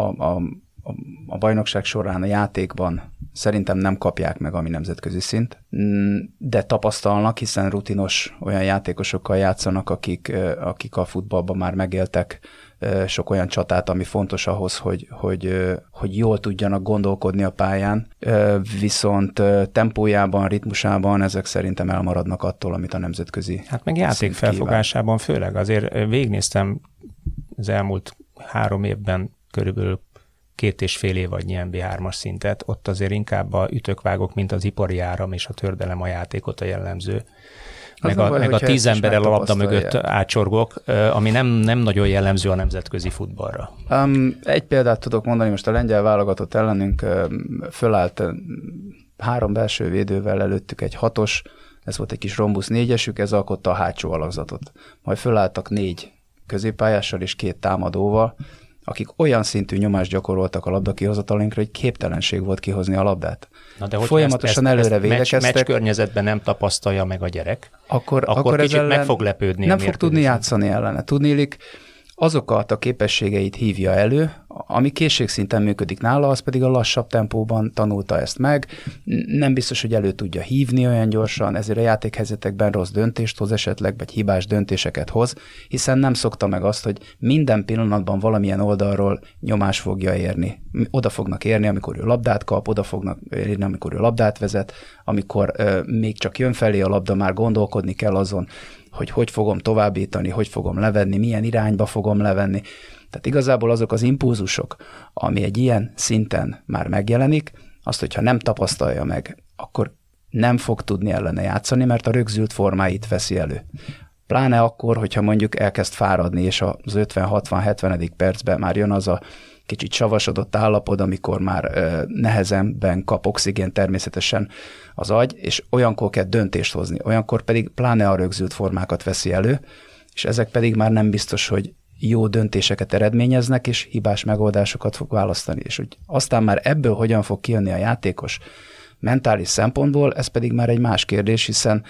a bajnokság során a játékban szerintem nem kapják meg, ami nemzetközi szint, de tapasztalnak, hiszen rutinos olyan játékosokkal játszanak, akik a futballban már megéltek sok olyan csatát, ami fontos ahhoz, hogy jól tudjanak gondolkodni a pályán, viszont tempójában, ritmusában ezek szerintem elmaradnak attól, amit a nemzetközi Hát meg játékfelfogásában főleg. Azért végignéztem az elmúlt 3 évben körülbelül 2,5 évadnyi NB3-as szintet, ott azért inkább a ütök-vágok, mint az ipari áram és a tördelem a játékot a jellemző. Meg a 10 emberrel a labda mögött átcsorgok, ami nem nagyon jellemző a nemzetközi futballra. Egy példát tudok mondani, most a lengyel válogatott ellenünk fölállt 3 belső védővel, előttük egy 6-os, ez volt egy kis rombusz 4-esük, ez alkotta a hátsó alakzatot. Majd fölálltak 4 középpályással és 2 támadóval, akik olyan szintű nyomást gyakoroltak a labdakihozatalunkra, hogy képtelenség volt kihozni a labdát. Na de folyamatosan előre védekeztek. Meccs környezetben nem tapasztalja meg a gyerek, akkor kicsit meg fog lepődni. Nem fog tudni játszani ellene. Tudniillik, azokat a képességeit hívja elő, ami készségszinten működik nála, az pedig a lassabb tempóban tanulta ezt meg. Nem biztos, hogy elő tudja hívni olyan gyorsan, ezért a játékhelyzetekben rossz döntést hoz esetleg, vagy hibás döntéseket hoz, hiszen nem szokta meg azt, hogy minden pillanatban valamilyen oldalról nyomás fogja érni. Oda fognak érni, amikor ő labdát kap, oda fognak érni, amikor ő labdát vezet, amikor még csak jön felé a labda, már gondolkodni kell azon, hogy fogom továbbítani, hogy fogom levenni, milyen irányba fogom levenni. Tehát igazából azok az impulzusok, ami egy ilyen szinten már megjelenik, azt, hogyha nem tapasztalja meg, akkor nem fog tudni ellene játszani, mert a rögzült formáit veszi elő. Pláne akkor, hogyha mondjuk elkezd fáradni, és az 50-60-70. percben már jön az a kicsit savasodott állapot, amikor már nehezebben kap oxigén természetesen az agy, és olyankor kell döntést hozni, olyankor pedig pláne a rögzült formákat veszi elő, és ezek pedig már nem biztos, hogy jó döntéseket eredményeznek, és hibás megoldásokat fog választani. És hogy aztán már ebből hogyan fog kijönni a játékos mentális szempontból, ez pedig már egy más kérdés, hiszen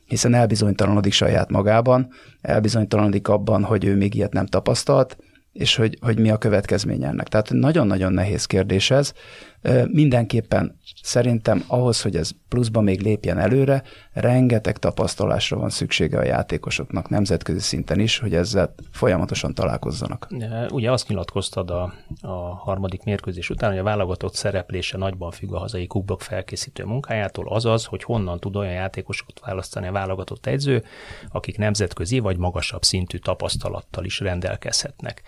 hiszen elbizonytalanodik saját magában, elbizonytalanodik abban, hogy ő még ilyet nem tapasztalt, és hogy mi a következménye ennek. Tehát nagyon-nagyon nehéz kérdés ez. Mindenképpen szerintem ahhoz, hogy ez pluszban még lépjen előre, rengeteg tapasztalásra van szüksége a játékosoknak nemzetközi szinten is, hogy ezzel folyamatosan találkozzanak. Ugye azt nyilatkoztad a harmadik mérkőzés után, hogy a válogatott szereplése nagyban függ a hazai kukkblokk felkészítő munkájától, azaz, hogy honnan tud olyan játékosokat választani a válogatott edző, akik nemzetközi vagy magasabb szintű tapasztalattal is rendelkezhetnek.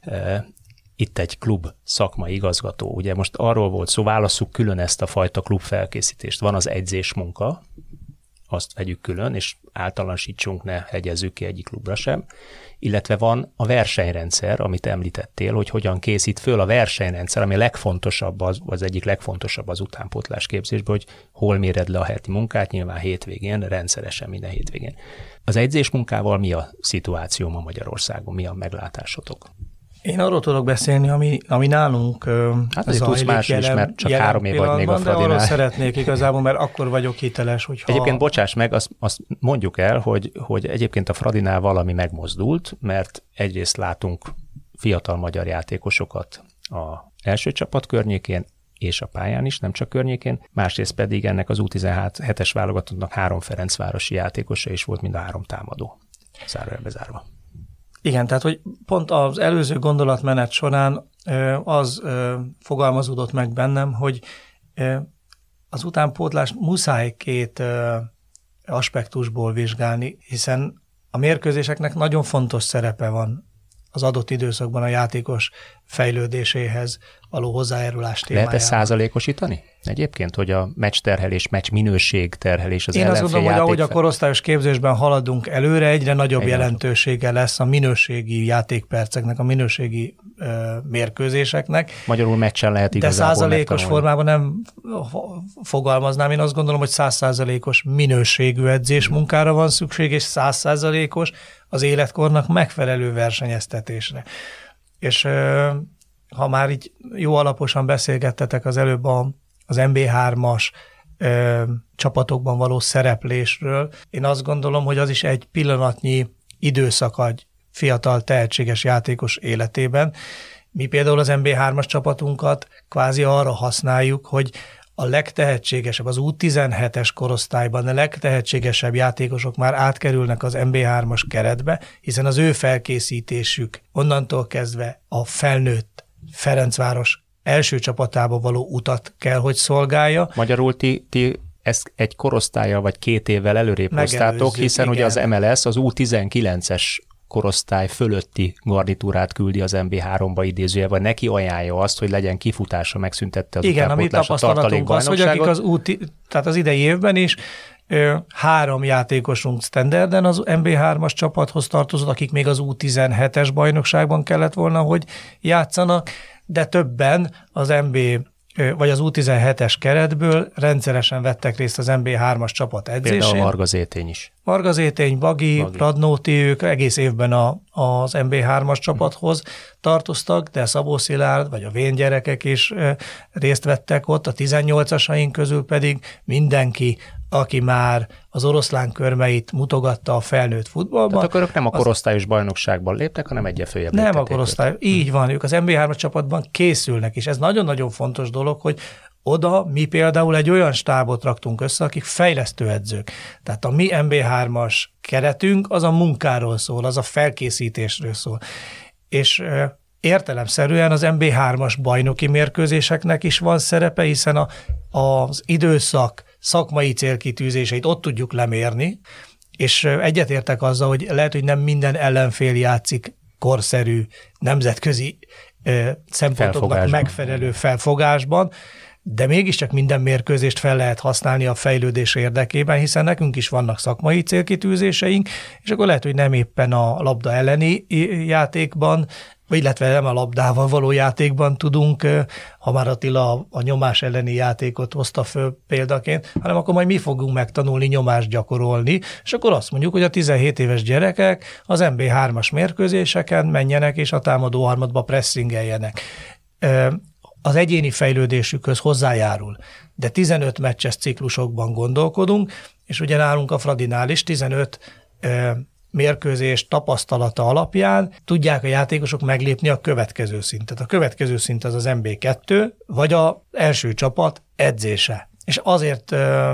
Itt egy klub szakmai igazgató, ugye most arról volt szó, válasszuk külön ezt a fajta klub felkészítést. Van az edzés munka, azt vegyük külön, és általánosítsunk, ne hegyezzük ki egyik klubra sem, illetve van a versenyrendszer, amit említettél, hogy hogyan készít föl a versenyrendszer, ami a legfontosabb, az egyik legfontosabb az utánpótlás képzésben, hogy hol méred le a heti munkát, nyilván hétvégén, rendszeresen minden hétvégén. Az edzés munkával mi a szituáció ma Magyarországon, mi a meglátásotok? Én arról tudok beszélni, ami nálunk hát azért tudsz más is, mert csak 3 év vagy még a Fradinál. De arról szeretnék igazából, mert akkor vagyok hiteles, hogyha... Egyébként bocsáss meg, azt mondjuk el, hogy egyébként a Fradinál valami megmozdult, mert egyrészt látunk fiatal magyar játékosokat a első csapat környékén, és a pályán is, nem csak környékén, másrészt pedig ennek az U17-es válogatottnak 3 ferencvárosi játékosa is volt, mind a 3 támadó. Zárójelbe zárva. Igen, tehát hogy pont az előző gondolatmenet során az fogalmazódott meg bennem, hogy az utánpótlást muszáj 2 aspektusból vizsgálni, hiszen a mérkőzéseknek nagyon fontos szerepe van az adott időszakban a játékos fejlődéséhez való hozzájárulás témájában. Lehet ezt százalékosítani? Egyébként, hogy a meccs terhelés, meccs minőség terhelés az ellenfél játék. Én azt gondolom, hogy ahogy a korosztályos képzésben haladunk előre, egyre nagyobb jelentősége lesz a minőségi játékperceknek, a minőségi mérkőzéseknek. Magyarul meccsen lehet igazából de százalékos formában nem fogalmaznám. Én azt gondolom, hogy 100%-os minőségű edzés munkára van szükség, és 100%-os az életkornak megfelelő versenyeztetésre. És ha már így jó alaposan beszélgettetek az előbb az MB3-as csapatokban való szereplésről, én azt gondolom, hogy az is egy pillanatnyi időszak egy fiatal, tehetséges játékos életében. Mi például az MB3-as csapatunkat kvázi arra használjuk, hogy a legtehetségesebb, az U17-es korosztályban a legtehetségesebb játékosok már átkerülnek az MB3-as keretbe, hiszen az ő felkészítésük onnantól kezdve a felnőtt Ferencváros első csapatába való utat kell, hogy szolgálja. Magyarul ti ezt egy korosztállyal vagy 2 évvel előrébb hoztátok, hiszen igen. Ugye az MLS az U19-es korosztály fölötti garnitúrát küldi az MB3-ba idézője, vagy neki ajánlja azt, hogy legyen kifutása, megszüntette az utánpótlás, a tartalékbajnokságot. Az tehát az idei évben is 3 játékosunk standarden az MB3-as csapathoz tartozott, akik még az U17-es bajnokságban kellett volna, hogy játszanak, de többen az vagy az U17-es keretből rendszeresen vettek részt az MB3-as csapat edzésén. Például Varga Zétény is. Varga Zétény, Bagi, Radnóti, ők egész évben az MB3-as csapathoz tartoztak, de Szabó Szilárd vagy a vén gyerekek is részt vettek ott, a 18-asaink közül pedig mindenki, aki már az oroszlán körmeit mutogatta a felnőtt futballban. Tehát akkor ők nem a korosztályos bajnokságban léptek, hanem egyre följebb nem a korosztály. Így van, ők az MB3-as csapatban készülnek, és ez nagyon-nagyon fontos dolog, hogy oda mi például egy olyan stábot raktunk össze, akik fejlesztő edzők. Tehát a mi MB3-as keretünk az a munkáról szól, az a felkészítésről szól. És értelemszerűen az MB3-as bajnoki mérkőzéseknek is van szerepe, hiszen az időszak szakmai célkitűzéseit ott tudjuk lemérni, és egyetértek azzal, hogy lehet, hogy nem minden ellenfél játszik korszerű, nemzetközi szempontoknak megfelelő felfogásban, de mégiscsak minden mérkőzést fel lehet használni a fejlődés érdekében, hiszen nekünk is vannak szakmai célkitűzéseink, és akkor lehet, hogy nem éppen a labda elleni játékban, illetve nem a labdával való játékban tudunk, ha már Attila a nyomás elleni játékot hozta föl példaként, hanem akkor majd mi fogunk megtanulni nyomást gyakorolni, és akkor azt mondjuk, hogy a 17 éves gyerekek az MB3-as mérkőzéseken menjenek, és a támadó harmadba pressingeljenek. Az egyéni fejlődésükhöz hozzájárul, de 15 meccses ciklusokban gondolkodunk, És ugye nálunk a Fradinál is 15 mérkőzés tapasztalata alapján tudják a játékosok meglépni a következő szintet. A következő szint az MB2, vagy az első csapat edzése. És azért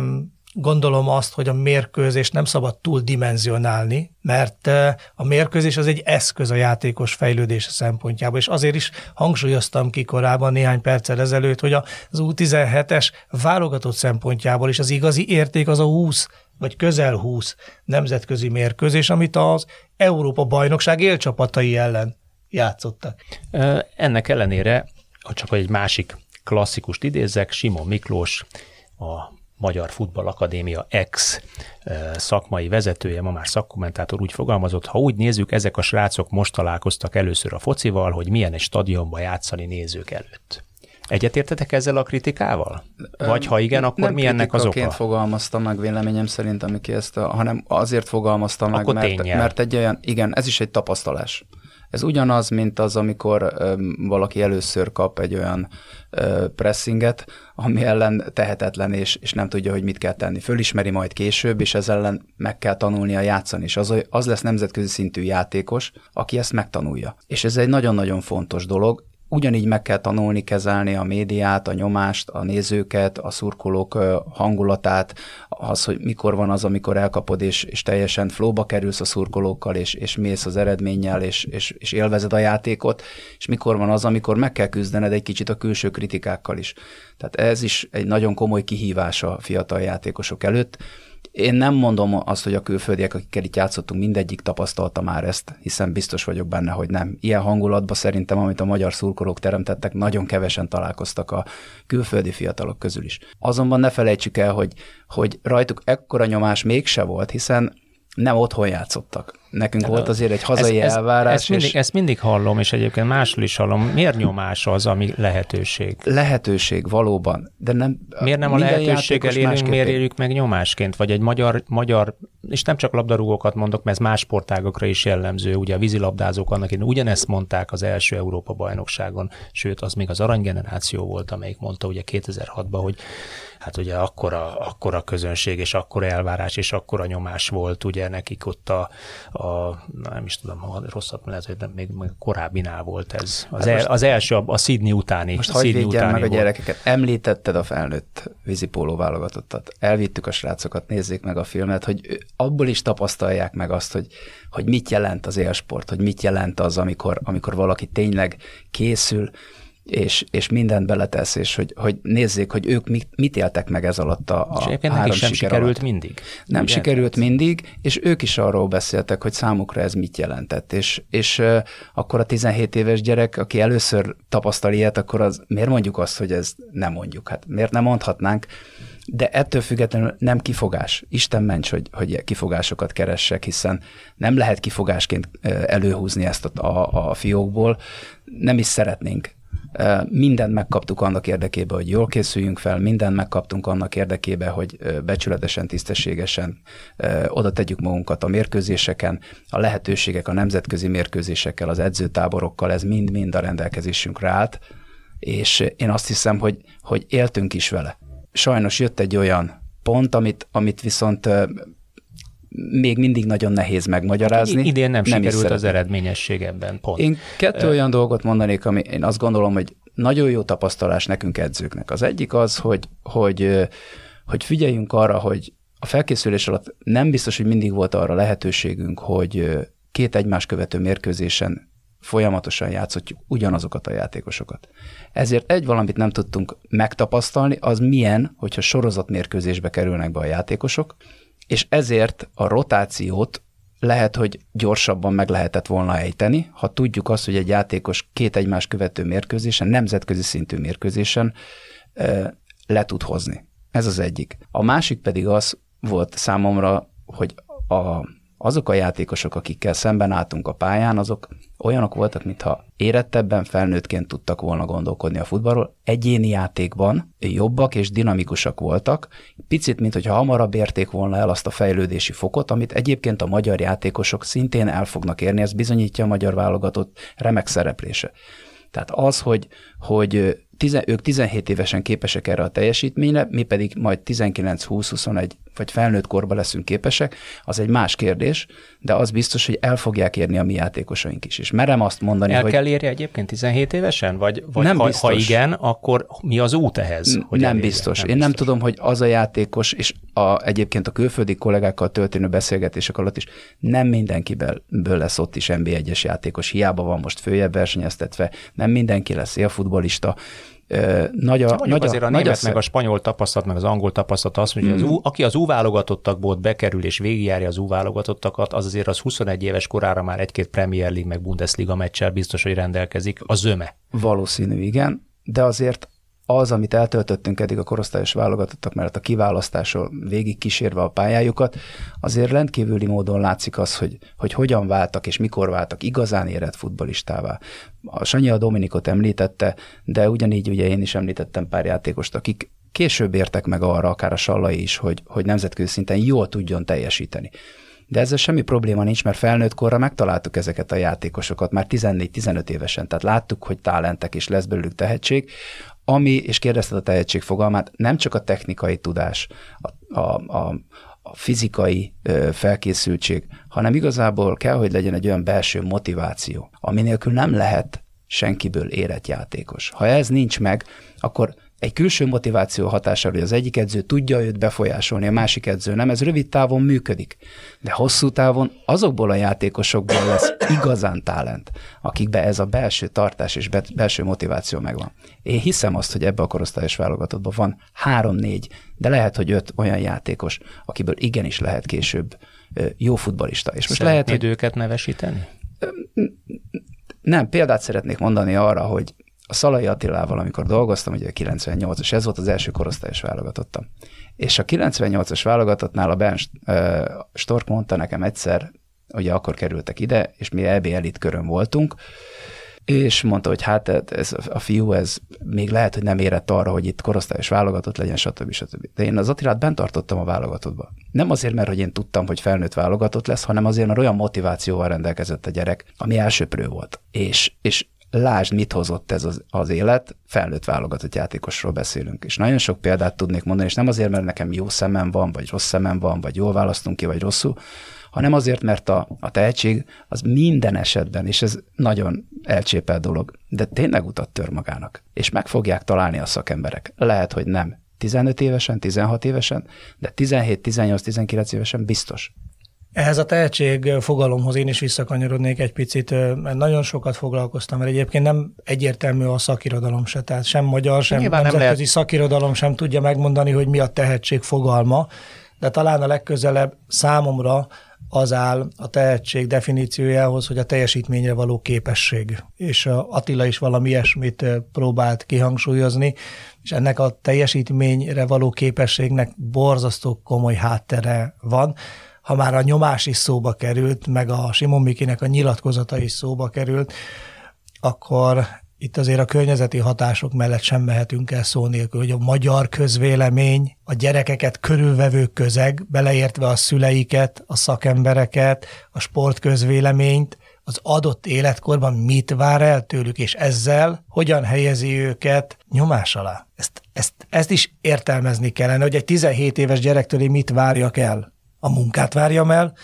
gondolom azt, hogy a mérkőzés nem szabad túl dimenzionálni, mert a mérkőzés az egy eszköz a játékos fejlődése szempontjából, és azért is hangsúlyoztam ki korábban néhány perccel ezelőtt, hogy az U17-es válogatott szempontjából is az igazi érték az a 20 vagy közel 20 nemzetközi mérkőzés, amit az Európa-bajnokság élcsapatai ellen játszottak. Ennek ellenére, ha csak egy másik klasszikust idézzek, Simon Miklós, a Magyar Futballakadémia ex szakmai vezetője, ma már szakkommentátor úgy fogalmazott, ha úgy nézzük, ezek a srácok most találkoztak először a focival, hogy milyen egy stadionba játszani nézők előtt. Egyetértetek ezzel a kritikával? Vagy ha igen, akkor mi ennek az oka? Nem fogalmaztam meg véleményem szerint, Miki, hanem azért fogalmaztam meg, mert egy olyan, igen, ez is egy tapasztalás. Ez ugyanaz, mint az, amikor valaki először kap egy olyan pressinget, ami ellen tehetetlen, és nem tudja, hogy mit kell tenni. Fölismeri majd később, és ez ellen meg kell tanulnia játszani, és az lesz nemzetközi szintű játékos, aki ezt megtanulja. És ez egy nagyon-nagyon fontos dolog. Ugyanígy meg kell tanulni kezelni a médiát, a nyomást, a nézőket, a szurkolók hangulatát, az, hogy mikor van az, amikor elkapod, és teljesen flowba kerülsz a szurkolókkal, és mész az eredménnyel, és élvezed a játékot, és mikor van az, amikor meg kell küzdened egy kicsit a külső kritikákkal is. Tehát ez is egy nagyon komoly kihívás a fiatal játékosok előtt. Én nem mondom azt, hogy a külföldiek, akikkel itt játszottunk, mindegyik tapasztalta már ezt, hiszen biztos vagyok benne, hogy nem. Ilyen hangulatban szerintem, amit a magyar szurkolók teremtettek, nagyon kevesen találkoztak a külföldi fiatalok közül is. Azonban ne felejtsük el, hogy rajtuk ekkora nyomás mégse volt, hiszen nem otthon játszottak. Nekünk volt azért egy hazai elvárás. Ezt mindig hallom, és egyébként máshol is hallom. Miért nyomás az, ami lehetőség? Lehetőség, valóban. De nem, miért nem a lehetőséggel élünk, miért éljük meg nyomásként? Vagy egy magyar, és nem csak labdarúgókat mondok, mert ez más sportágokra is jellemző. Ugye a vízilabdázók annak ugyanezt mondták az első Európa-bajnokságon, sőt, az még az aranygeneráció volt, amelyik mondta ugye 2006-ban, hogy hát ugye akkora közönség, és akkora elvárás, és akkora nyomás volt ugye nekik ott nem is tudom, rosszat lehet, hogy még korábbinál volt ez. Az első, a Sydney utáni. Most hagyj védjen meg a gyerekeket. Említetted a felnőtt vízipóló válogatottat. Elvittük a srácokat, nézzék meg a filmet, hogy abból is tapasztalják meg azt, hogy mit jelent az élsport, hogy mit jelent az, amikor valaki tényleg készül, és mindent beletesz, és hogy nézzék, hogy ők mit éltek meg ez alatt a és három sem sikerült alatt. Mindig. Nem sikerült mindig, és ők is arról beszéltek, hogy számukra ez mit jelentett. És akkor a 17 éves gyerek, aki először tapasztal ilyet, akkor miért mondjuk azt, hogy ez nem mondjuk? Hát miért nem mondhatnánk? De ettől függetlenül nem kifogás. Isten ments, hogy kifogásokat keressek, hiszen nem lehet kifogásként előhúzni ezt a fiókból. Nem is szeretnénk. Mindent megkaptuk annak érdekében, hogy jól készüljünk fel, mindent megkaptunk annak érdekében, hogy becsületesen, tisztességesen oda tegyük magunkat a mérkőzéseken, a lehetőségek, a nemzetközi mérkőzésekkel, az edzőtáborokkal, ez mind-mind a rendelkezésünkre állt, és én azt hiszem, hogy éltünk is vele. Sajnos jött egy olyan pont, amit viszont még mindig nagyon nehéz megmagyarázni. Idén nem sikerült az eredményesség ebben, pont. Én kettő olyan dolgot mondanék, ami én azt gondolom, hogy nagyon jó tapasztalás nekünk edzőknek. Az egyik az, hogy figyeljünk arra, hogy a felkészülés alatt nem biztos, hogy mindig volt arra lehetőségünk, hogy két egymás követő mérkőzésen folyamatosan játszotjuk ugyanazokat a játékosokat. Ezért egy valamit nem tudtunk megtapasztalni, az milyen, hogyha sorozatmérkőzésbe kerülnek be a játékosok, és ezért a rotációt lehet, hogy gyorsabban meg lehetett volna ejteni, ha tudjuk azt, hogy egy játékos két egymás követő mérkőzésen, nemzetközi szintű mérkőzésen le tud hozni. Ez az egyik. A másik pedig az volt számomra, hogy azok a játékosok, akikkel szemben álltunk a pályán, azok olyanok voltak, mintha érettebben felnőttként tudtak volna gondolkodni a futballról. Egyéni játékban jobbak és dinamikusak voltak, picit, mintha hamarabb érték volna el azt a fejlődési fokot, amit egyébként a magyar játékosok szintén el fognak érni, ez bizonyítja a magyar válogatott remek szereplése. Tehát az, hogy ők 17 évesen képesek erre a teljesítményre, mi pedig majd 19-20-21 vagy felnőtt korban leszünk képesek, az egy más kérdés, de az biztos, hogy el fogják érni a mi játékosaink is. És merem azt mondani, hogy... kell érje egyébként 17 évesen? Vagy nem ha igen, akkor mi az út ehhez? Hogy nem biztos. Én nem tudom, hogy az a játékos, és egyébként a külföldi kollégákkal történő beszélgetések alatt is nem mindenkiből lesz ott is NB1-es játékos. Hiába van most följebb versenyeztetve, nem mindenki lesz élfutballista. Azért a német meg a spanyol tapasztalat, meg az angol tapasztalat azt mondja, hogy aki az U-válogatottakból bekerül és végigjárja az U-válogatottakat, az azért az 21 éves korára már egy-két Premier League meg Bundesliga meccsel biztos, hogy rendelkezik. A zöme. Valószínű, igen, de azért az, amit eltöltöttünk eddig a korosztályos válogatottak mellett a kiválasztáson végig kísérve a pályájukat, azért rendkívüli módon látszik az, hogy hogyan váltak és mikor váltak igazán érett futballistává. A Sanyi a Dominikot említette, de ugyanígy ugye én is említettem pár játékost, akik később értek meg arra, akár a Sallai is, hogy nemzetközi szinten jól tudjon teljesíteni. De ezzel semmi probléma nincs, mert felnőtt korra megtaláltuk ezeket a játékosokat már 14-15 évesen, tehát láttuk, hogy talentek és lesz belőlük tehetség, és kérdezted a tehetség fogalmát, nem csak a technikai tudás, a fizikai felkészültség, hanem igazából kell, hogy legyen egy olyan belső motiváció, ami nélkül nem lehet senkiből érett játékos. Ha ez nincs meg, akkor egy külső motiváció hatására, hogy az egyik edző tudja őt befolyásolni, a másik edző nem, ez rövid távon működik. De hosszú távon azokból a játékosokból lesz igazán talent, akikbe ez a belső tartás és belső motiváció megvan. Én hiszem azt, hogy ebbe a korosztályos válogatottban van 3-4, de lehet, hogy 5 olyan játékos, akiből igenis lehet később jó futballista. És most lehet, hogy őket nevesíteni? Nem, példát szeretnék mondani arra, hogy a Szalai Attilával, amikor dolgoztam, ugye 98-as, ez volt az első korosztályos válogatottam. És a 98-as válogatottnál a Ben Stork mondta nekem egyszer, ugye akkor kerültek ide, és mi EB elit körön voltunk, és mondta, hogy hát ez a fiú, ez még lehet, hogy nem érett arra, hogy itt korosztályos válogatott legyen, stb. De én az Attilát bent tartottam a válogatottba. Nem azért, mert hogy én tudtam, hogy felnőtt válogatott lesz, hanem azért, mert olyan motivációval rendelkezett a gyerek, ami elsöprő volt. És lásd, mit hozott ez az élet, felnőtt válogatott játékosról beszélünk. És nagyon sok példát tudnék mondani, és nem azért, mert nekem jó szemem van, vagy rossz szemem van, vagy jól választunk ki, vagy rosszul, hanem azért, mert a tehetség az minden esetben, és ez nagyon elcsépelt dolog, de tényleg utat tör magának. És meg fogják találni a szakemberek. Lehet, hogy nem 15 évesen, 16 évesen, de 17, 18, 19 évesen biztos. Ehhez a tehetség fogalomhoz én is visszakanyarodnék egy picit, mert nagyon sokat foglalkoztam, mert egyébként nem egyértelmű a szakirodalom se, tehát sem magyar, sem nemzetközi szakirodalom sem tudja megmondani, hogy mi a tehetség fogalma, de talán a legközelebb számomra az áll a tehetség definíciójához, hogy a teljesítményre való képesség. És Attila is valami ilyesmit próbált kihangsúlyozni, és ennek a teljesítményre való képességnek borzasztó komoly háttere van. Ha már a nyomás is szóba került, meg a Simon Mikinek a nyilatkozata is szóba került, akkor itt azért a környezeti hatások mellett sem mehetünk el szó nélkül, hogy a magyar közvélemény, a gyerekeket körülvevő közeg, beleértve a szüleiket, a szakembereket, a sportközvéleményt, az adott életkorban mit vár el tőlük, és ezzel hogyan helyezi őket nyomás alá. Ezt is értelmezni kellene, hogy egy 17 éves gyerektől mit várjak el. A munkát várjam el,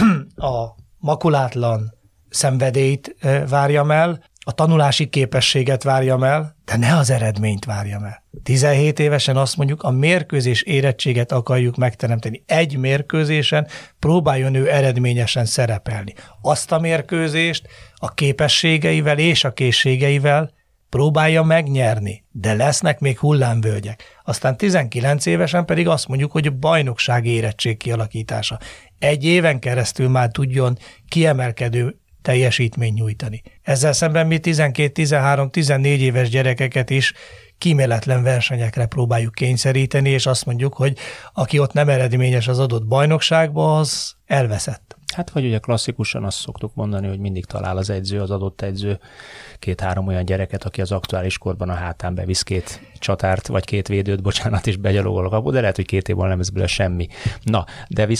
a makulátlan szenvedélyt várjam el, a tanulási képességet várjam el, de ne az eredményt várjam el. 17 évesen azt mondjuk, a mérkőzés érettséget akarjuk megteremteni. Egy mérkőzésen próbáljon ő eredményesen szerepelni. Azt a mérkőzést a képességeivel és a készségeivel próbálja megnyerni, de lesznek még hullámvölgyek. Aztán 19 évesen pedig azt mondjuk, hogy a bajnokság érettség kialakítása. Egy éven keresztül már tudjon kiemelkedő teljesítményt nyújtani. Ezzel szemben mi 12, 13, 14 éves gyerekeket is kíméletlen versenyekre próbáljuk kényszeríteni, és azt mondjuk, hogy aki ott nem eredményes az adott bajnokságban, az elveszett. Hát vagy ugye klasszikusan azt szoktuk mondani, hogy mindig talál az adott edző 2-3 olyan gyereket, aki az aktuális korban a hátán bevisz 2 csatárt, vagy 2 védőt, és begyalogol a kapu, de lehet, hogy 2 évvel nem ez belőle semmi. Na, de viszont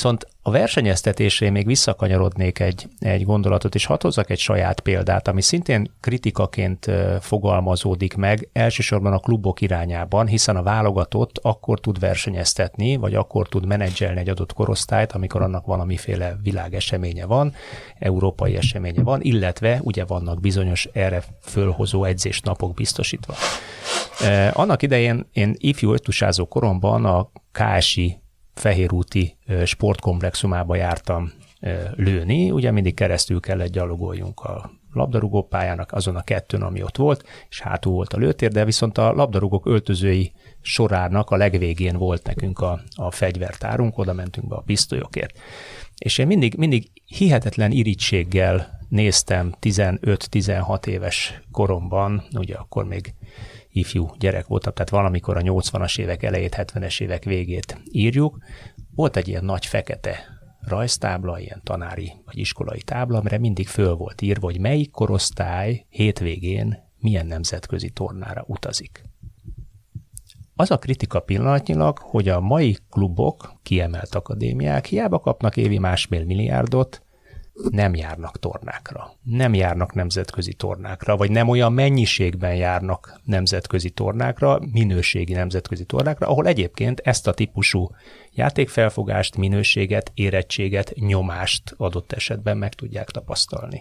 A versenyeztetésre még visszakanyarodnék egy gondolatot, és hadd hozzak egy saját példát, ami szintén kritikaként fogalmazódik meg, elsősorban a klubok irányában, hiszen a válogatott akkor tud versenyeztetni, vagy akkor tud menedzselni egy adott korosztályt, amikor annak valamiféle világeseménye van, európai eseménye van, illetve ugye vannak bizonyos erre fölhozó edzésnapok biztosítva. Annak idején én ifjú öttusázó koromban a KSI Fehérúti sportkomplexumába jártam lőni, ugye mindig keresztül kellett gyalogoljunk a labdarúgópályának, azon a kettőn, ami ott volt, és hátul volt a lőtér, de viszont a labdarúgók öltözői sorának a legvégén volt nekünk a fegyvertárunk, oda mentünk be a pisztolyokért. És én mindig hihetetlen irítséggel néztem 15-16 éves koromban, ugye akkor még ifjú gyerek voltam, tehát valamikor a 80-as évek elejét, 70-es évek végét írjuk. Volt egy ilyen nagy fekete rajztábla, ilyen tanári vagy iskolai tábla, amire mindig föl volt írva, hogy melyik korosztály hétvégén milyen nemzetközi tornára utazik. Az a kritika pillanatnyilag, hogy a mai klubok, kiemelt akadémiák hiába kapnak évi 1,5 milliárdot, nem járnak tornákra, nem járnak nemzetközi tornákra, vagy nem olyan mennyiségben járnak nemzetközi tornákra, minőségi nemzetközi tornákra, ahol egyébként ezt a típusú játékfelfogást, minőséget, érettséget, nyomást adott esetben meg tudják tapasztalni.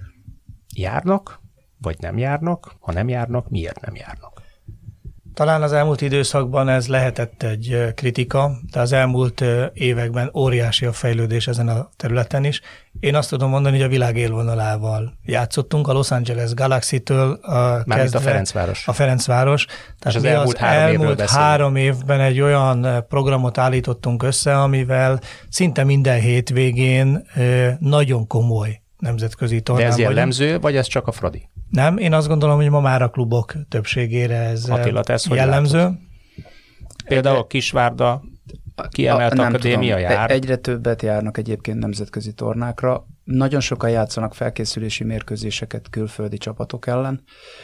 Járnak, vagy nem járnak? Ha nem járnak, miért nem járnak? Talán az elmúlt időszakban ez lehetett egy kritika, de az elmúlt években óriási a fejlődés ezen a területen is. Én azt tudom mondani, hogy a világ élvonalával játszottunk, a Los Angeles Galaxy-től kezdve. A Ferencváros. A Ferencváros. Tehát és az elmúlt 3 évben egy olyan programot állítottunk össze, amivel szinte minden hétvégén nagyon komoly nemzetközi tornán vagyunk. De ez jellemző, jellemző, vagy ez csak a Fradi? Nem, én azt gondolom, hogy ma már a klubok többségére ez Attila, jellemző. Például a Kisvárda kiemelt akadémia jár. Egyre többet járnak egyébként nemzetközi tornákra. Nagyon sokan játszanak felkészülési mérkőzéseket külföldi csapatok ellen.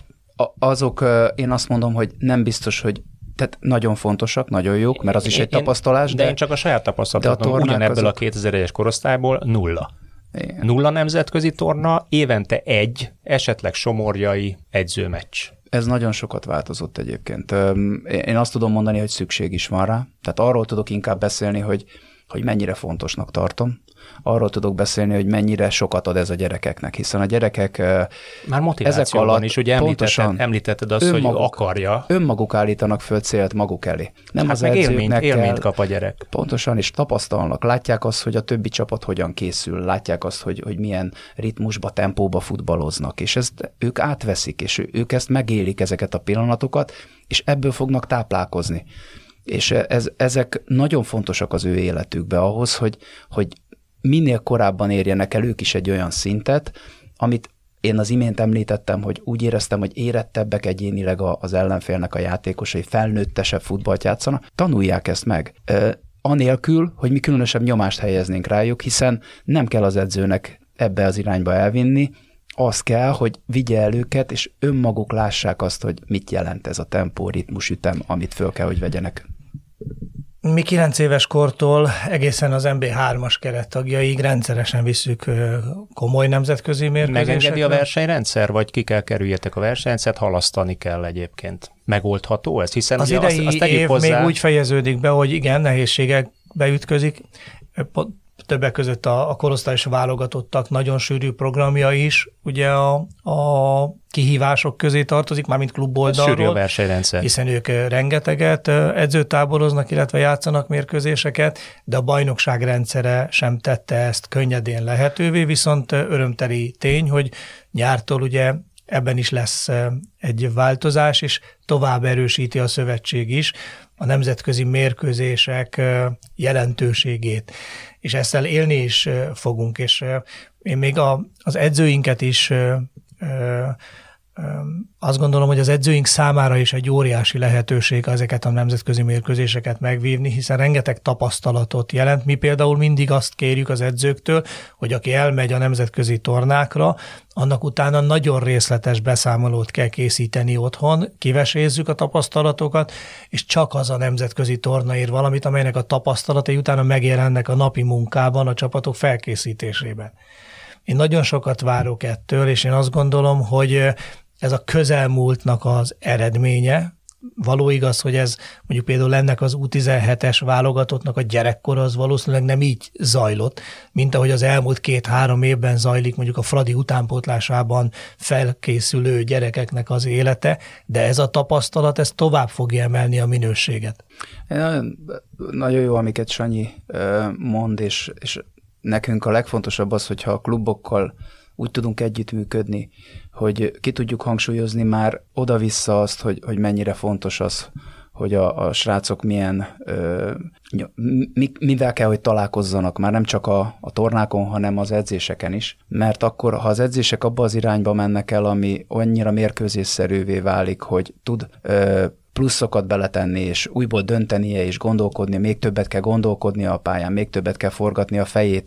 Azok, én azt mondom, hogy nem biztos, hogy tehát nagyon fontosak, nagyon jók, mert az is egy tapasztalás. De én csak a saját tapasztalatom, ugyanebből a 2001-es korosztályból 0. Igen. 0 nemzetközi torna, évente 1, esetleg somorjai edzőmeccs. Ez nagyon sokat változott egyébként. Én azt tudom mondani, hogy szükség is van rá. Tehát arról tudok inkább beszélni, hogy mennyire fontosnak tartom. Arról tudok beszélni, hogy mennyire sokat ad ez a gyerekeknek, hiszen a gyerekek már motivációban is, ugye említetted azt, hogy akarja. Önmaguk állítanak föl célt maguk elé. Nem hát az meg edzőknek élményt kap a gyerek. Pontosan, és tapasztalnak. Látják azt, hogy a többi csapat hogyan készül, látják azt, hogy milyen ritmusba, tempóba futballoznak, és ezt ők átveszik, és ők ezt megélik, ezeket a pillanatokat, és ebből fognak táplálkozni. És ezek nagyon fontosak az ő életükbe ahhoz, hogy minél korábban érjenek el ők is egy olyan szintet, amit én az imént említettem, hogy úgy éreztem, hogy érettebbek egyénileg az ellenfélnek a játékosai, felnőttesebb futballt játszanak, tanulják ezt meg. Anélkül, hogy mi különösebb nyomást helyeznénk rájuk, hiszen nem kell az edzőnek ebbe az irányba elvinni, az kell, hogy vigye el őket, és önmaguk lássák azt, hogy mit jelent ez a tempó, ritmus, ütem, amit föl kell, hogy vegyenek. Mi 9 éves kortól egészen az MB3-as kerettagjaig rendszeresen visszük komoly nemzetközi mérkőzésekre. Megengedi a versenyrendszer, vagy ki kell kerüljetek a versenyrendszert, halasztani kell egyébként? Megoldható ez? Hiszen az idei azt év hozzá... még úgy fejeződik be, hogy igen, nehézségekbe ütközik. Többek között a korosztályos válogatottak nagyon sűrű programja is, ugye a kihívások közé tartozik, mármint kluboldalról. Sűrű a versenyrendszer. Hiszen ők rengeteget edzőtáboroznak, illetve játszanak mérkőzéseket, de a bajnokság rendszere sem tette ezt könnyedén lehetővé, viszont örömteli tény, hogy nyártól ugye ebben is lesz egy változás, és tovább erősíti a szövetség is a nemzetközi mérkőzések jelentőségét. És ezzel élni is fogunk, és én még az edzőinket is azt gondolom, hogy az edzőink számára is egy óriási lehetőség ezeket a nemzetközi mérkőzéseket megvívni, hiszen rengeteg tapasztalatot jelent. Mi például mindig azt kérjük az edzőktől, hogy aki elmegy a nemzetközi tornákra, annak utána nagyon részletes beszámolót kell készíteni otthon, kivesézzük a tapasztalatokat, és csak az a nemzetközi torna ér valamit, amelynek a tapasztalatai utána megjelennek a napi munkában, a csapatok felkészítésében. Én nagyon sokat várok ettől, és én azt gondolom, hogy ez a közelmúltnak az eredménye. Való igaz, hogy ez mondjuk például ennek az U17-es válogatottnak a gyerekkor az valószínűleg nem így zajlott, mint ahogy az elmúlt 2-3 évben zajlik mondjuk a Fradi utánpótlásában felkészülő gyerekeknek az élete, de ez a tapasztalat, ez tovább fogja emelni a minőséget. Nagyon jó, amiket Sanyi mond, és nekünk a legfontosabb az, hogyha a klubokkal úgy tudunk együttműködni, hogy ki tudjuk hangsúlyozni már oda-vissza azt, hogy mennyire fontos az, hogy a srácok mivel kell, hogy találkozzanak, már nem csak a tornákon, hanem az edzéseken is. Mert akkor, ha az edzések abba az irányba mennek el, ami annyira mérkőzésszerűvé válik, hogy tud pluszokat beletenni, és újból döntenie, és gondolkodni, még többet kell gondolkodnia a pályán, még többet kell forgatni a fejét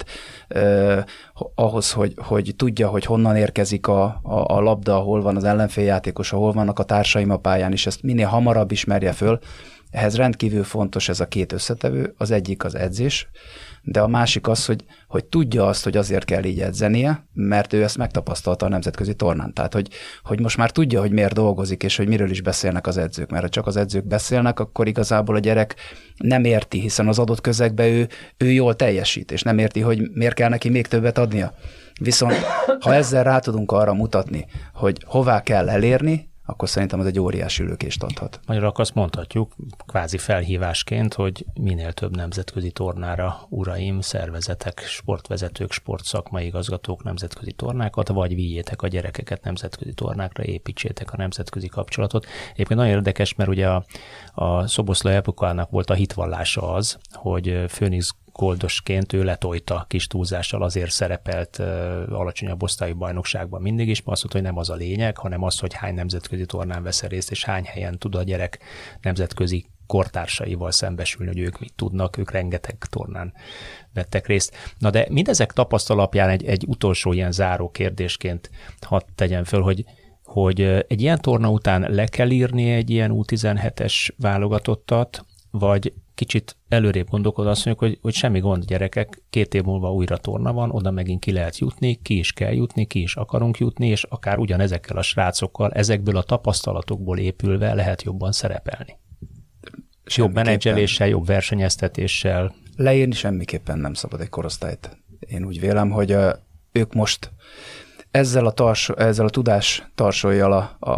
ahhoz, hogy tudja, hogy honnan érkezik a labda, hol van az ellenféljátékos, hol vannak a társaim a pályán, és ezt minél hamarabb ismerje föl. Ehhez rendkívül fontos ez a két összetevő, az egyik az edzés, de a másik az, hogy tudja azt, hogy azért kell így edzenie, mert ő ezt megtapasztalta a nemzetközi tornán. Tehát, hogy most már tudja, hogy miért dolgozik, és hogy miről is beszélnek az edzők. Mert ha csak az edzők beszélnek, akkor igazából a gyerek nem érti, hiszen az adott közegben ő jól teljesít, és nem érti, hogy miért kell neki még többet adnia. Viszont ha ezzel rá tudunk arra mutatni, hogy hová kell elérni, akkor szerintem az egy óriási lökést adhat. Magyarul azt mondhatjuk kvázi felhívásként, hogy minél több nemzetközi tornára, uraim, szervezetek, sportvezetők, sportszakmai igazgatók nemzetközi tornákat, vagy vigyétek a gyerekeket nemzetközi tornákra, építsétek a nemzetközi kapcsolatot. Egyébként nagyon érdekes, mert ugye a Szoboszlai Epukának volt a hitvallása az, hogy Phoenix Goldosként ő letolta kis túlzással, azért szerepelt alacsonyabb osztályú bajnokságban mindig is, azt mondta, hogy nem az a lényeg, hanem az, hogy hány nemzetközi tornán vesz részt, és hány helyen tud a gyerek nemzetközi kortársaival szembesülni, hogy ők mit tudnak, ők rengeteg tornán vettek részt. Na de mindezek tapasztalat alapján egy utolsó ilyen záró kérdésként hadd tegyem föl, hogy egy ilyen torna után le kell írni egy ilyen U17-es válogatottat, vagy kicsit előrébb gondolkodva azt mondjuk, hogy semmi gond, gyerekek, 2 év múlva újra torna van, oda megint ki lehet jutni, ki is kell jutni, ki is akarunk jutni, és akár ugyanezekkel a srácokkal, ezekből a tapasztalatokból épülve lehet jobban szerepelni. Jobb menedzseléssel, jobb versenyeztetéssel. Leírni semmiképpen nem szabad egy korosztályt. Én úgy vélem, hogy ők most ezzel a tudás tarsollyal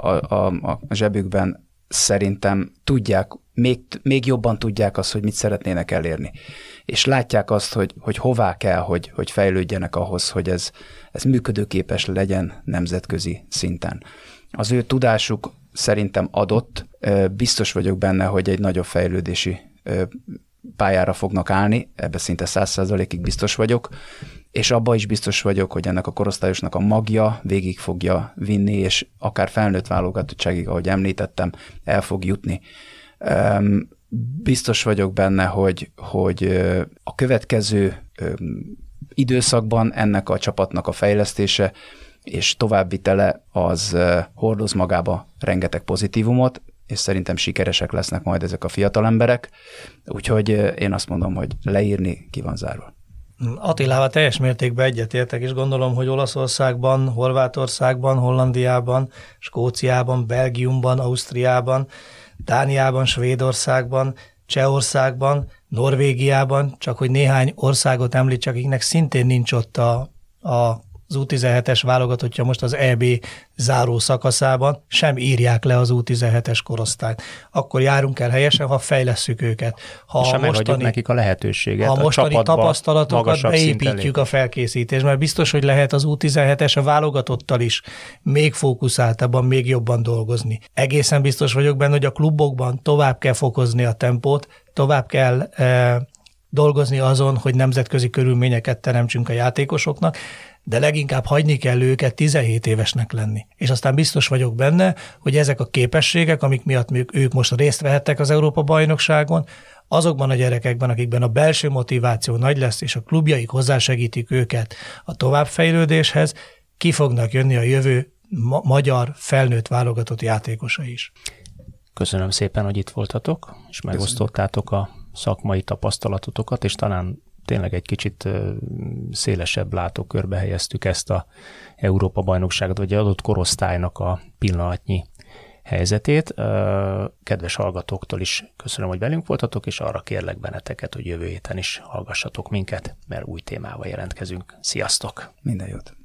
a zsebükben szerintem tudják, még jobban tudják azt, hogy mit szeretnének elérni. És látják azt, hogy hová kell, hogy fejlődjenek ahhoz, hogy ez működőképes legyen nemzetközi szinten. Az ő tudásuk szerintem adott, biztos vagyok benne, hogy egy nagyobb fejlődési pályára fognak állni, ebbe szinte 100%-ig biztos vagyok, és abban is biztos vagyok, hogy ennek a korosztályosnak a magja végig fogja vinni, és akár felnőtt válogatottságig, ahogy említettem, el fog jutni. Biztos vagyok benne, hogy a következő időszakban ennek a csapatnak a fejlesztése és továbbvitele az hordoz magába rengeteg pozitívumot, és szerintem sikeresek lesznek majd ezek a fiatal emberek, úgyhogy én azt mondom, hogy leírni ki van zárva. Attilával teljes mértékben egyetértek, és gondolom, hogy Olaszországban, Horvátországban, Hollandiában, Skóciában, Belgiumban, Ausztriában, Dániában, Svédországban, Csehországban, Norvégiában, csak hogy néhány országot említsek, akiknek szintén nincs ott az U17-es válogatottja most az EB záró szakaszában, sem írják le az U17-es korosztályt. Akkor járunk el helyesen, ha fejlesszük őket. Ha megadjuk nekik a lehetőséget. Ha mostani tapasztalatokat beépítjük a felkészítést, mert biztos, hogy lehet az U17-es a válogatottal is még fókuszáltabban, még jobban dolgozni. Egészen biztos vagyok benne, hogy a klubokban tovább kell fokozni a tempót, tovább kell dolgozni azon, hogy nemzetközi körülményeket teremtsünk a játékosoknak, de leginkább hagyni kell őket 17 évesnek lenni. És aztán biztos vagyok benne, hogy ezek a képességek, amik miatt ők most részt vehettek az Európa-bajnokságon, azokban a gyerekekben, akikben a belső motiváció nagy lesz, és a klubjaik hozzásegítik őket a továbbfejlődéshez, ki fognak jönni a jövő magyar felnőtt válogatott játékosai is. Köszönöm szépen, hogy itt voltatok, és megosztottátok a szakmai tapasztalatotokat, és talán tényleg egy kicsit szélesebb látókörbe helyeztük ezt a Európa-bajnokságot, vagy adott korosztálynak a pillanatnyi helyzetét. Kedves hallgatóktól is köszönöm, hogy velünk voltatok, és arra kérlek benneteket, hogy jövő héten is hallgassatok minket, mert új témával jelentkezünk. Sziasztok! Minden jót!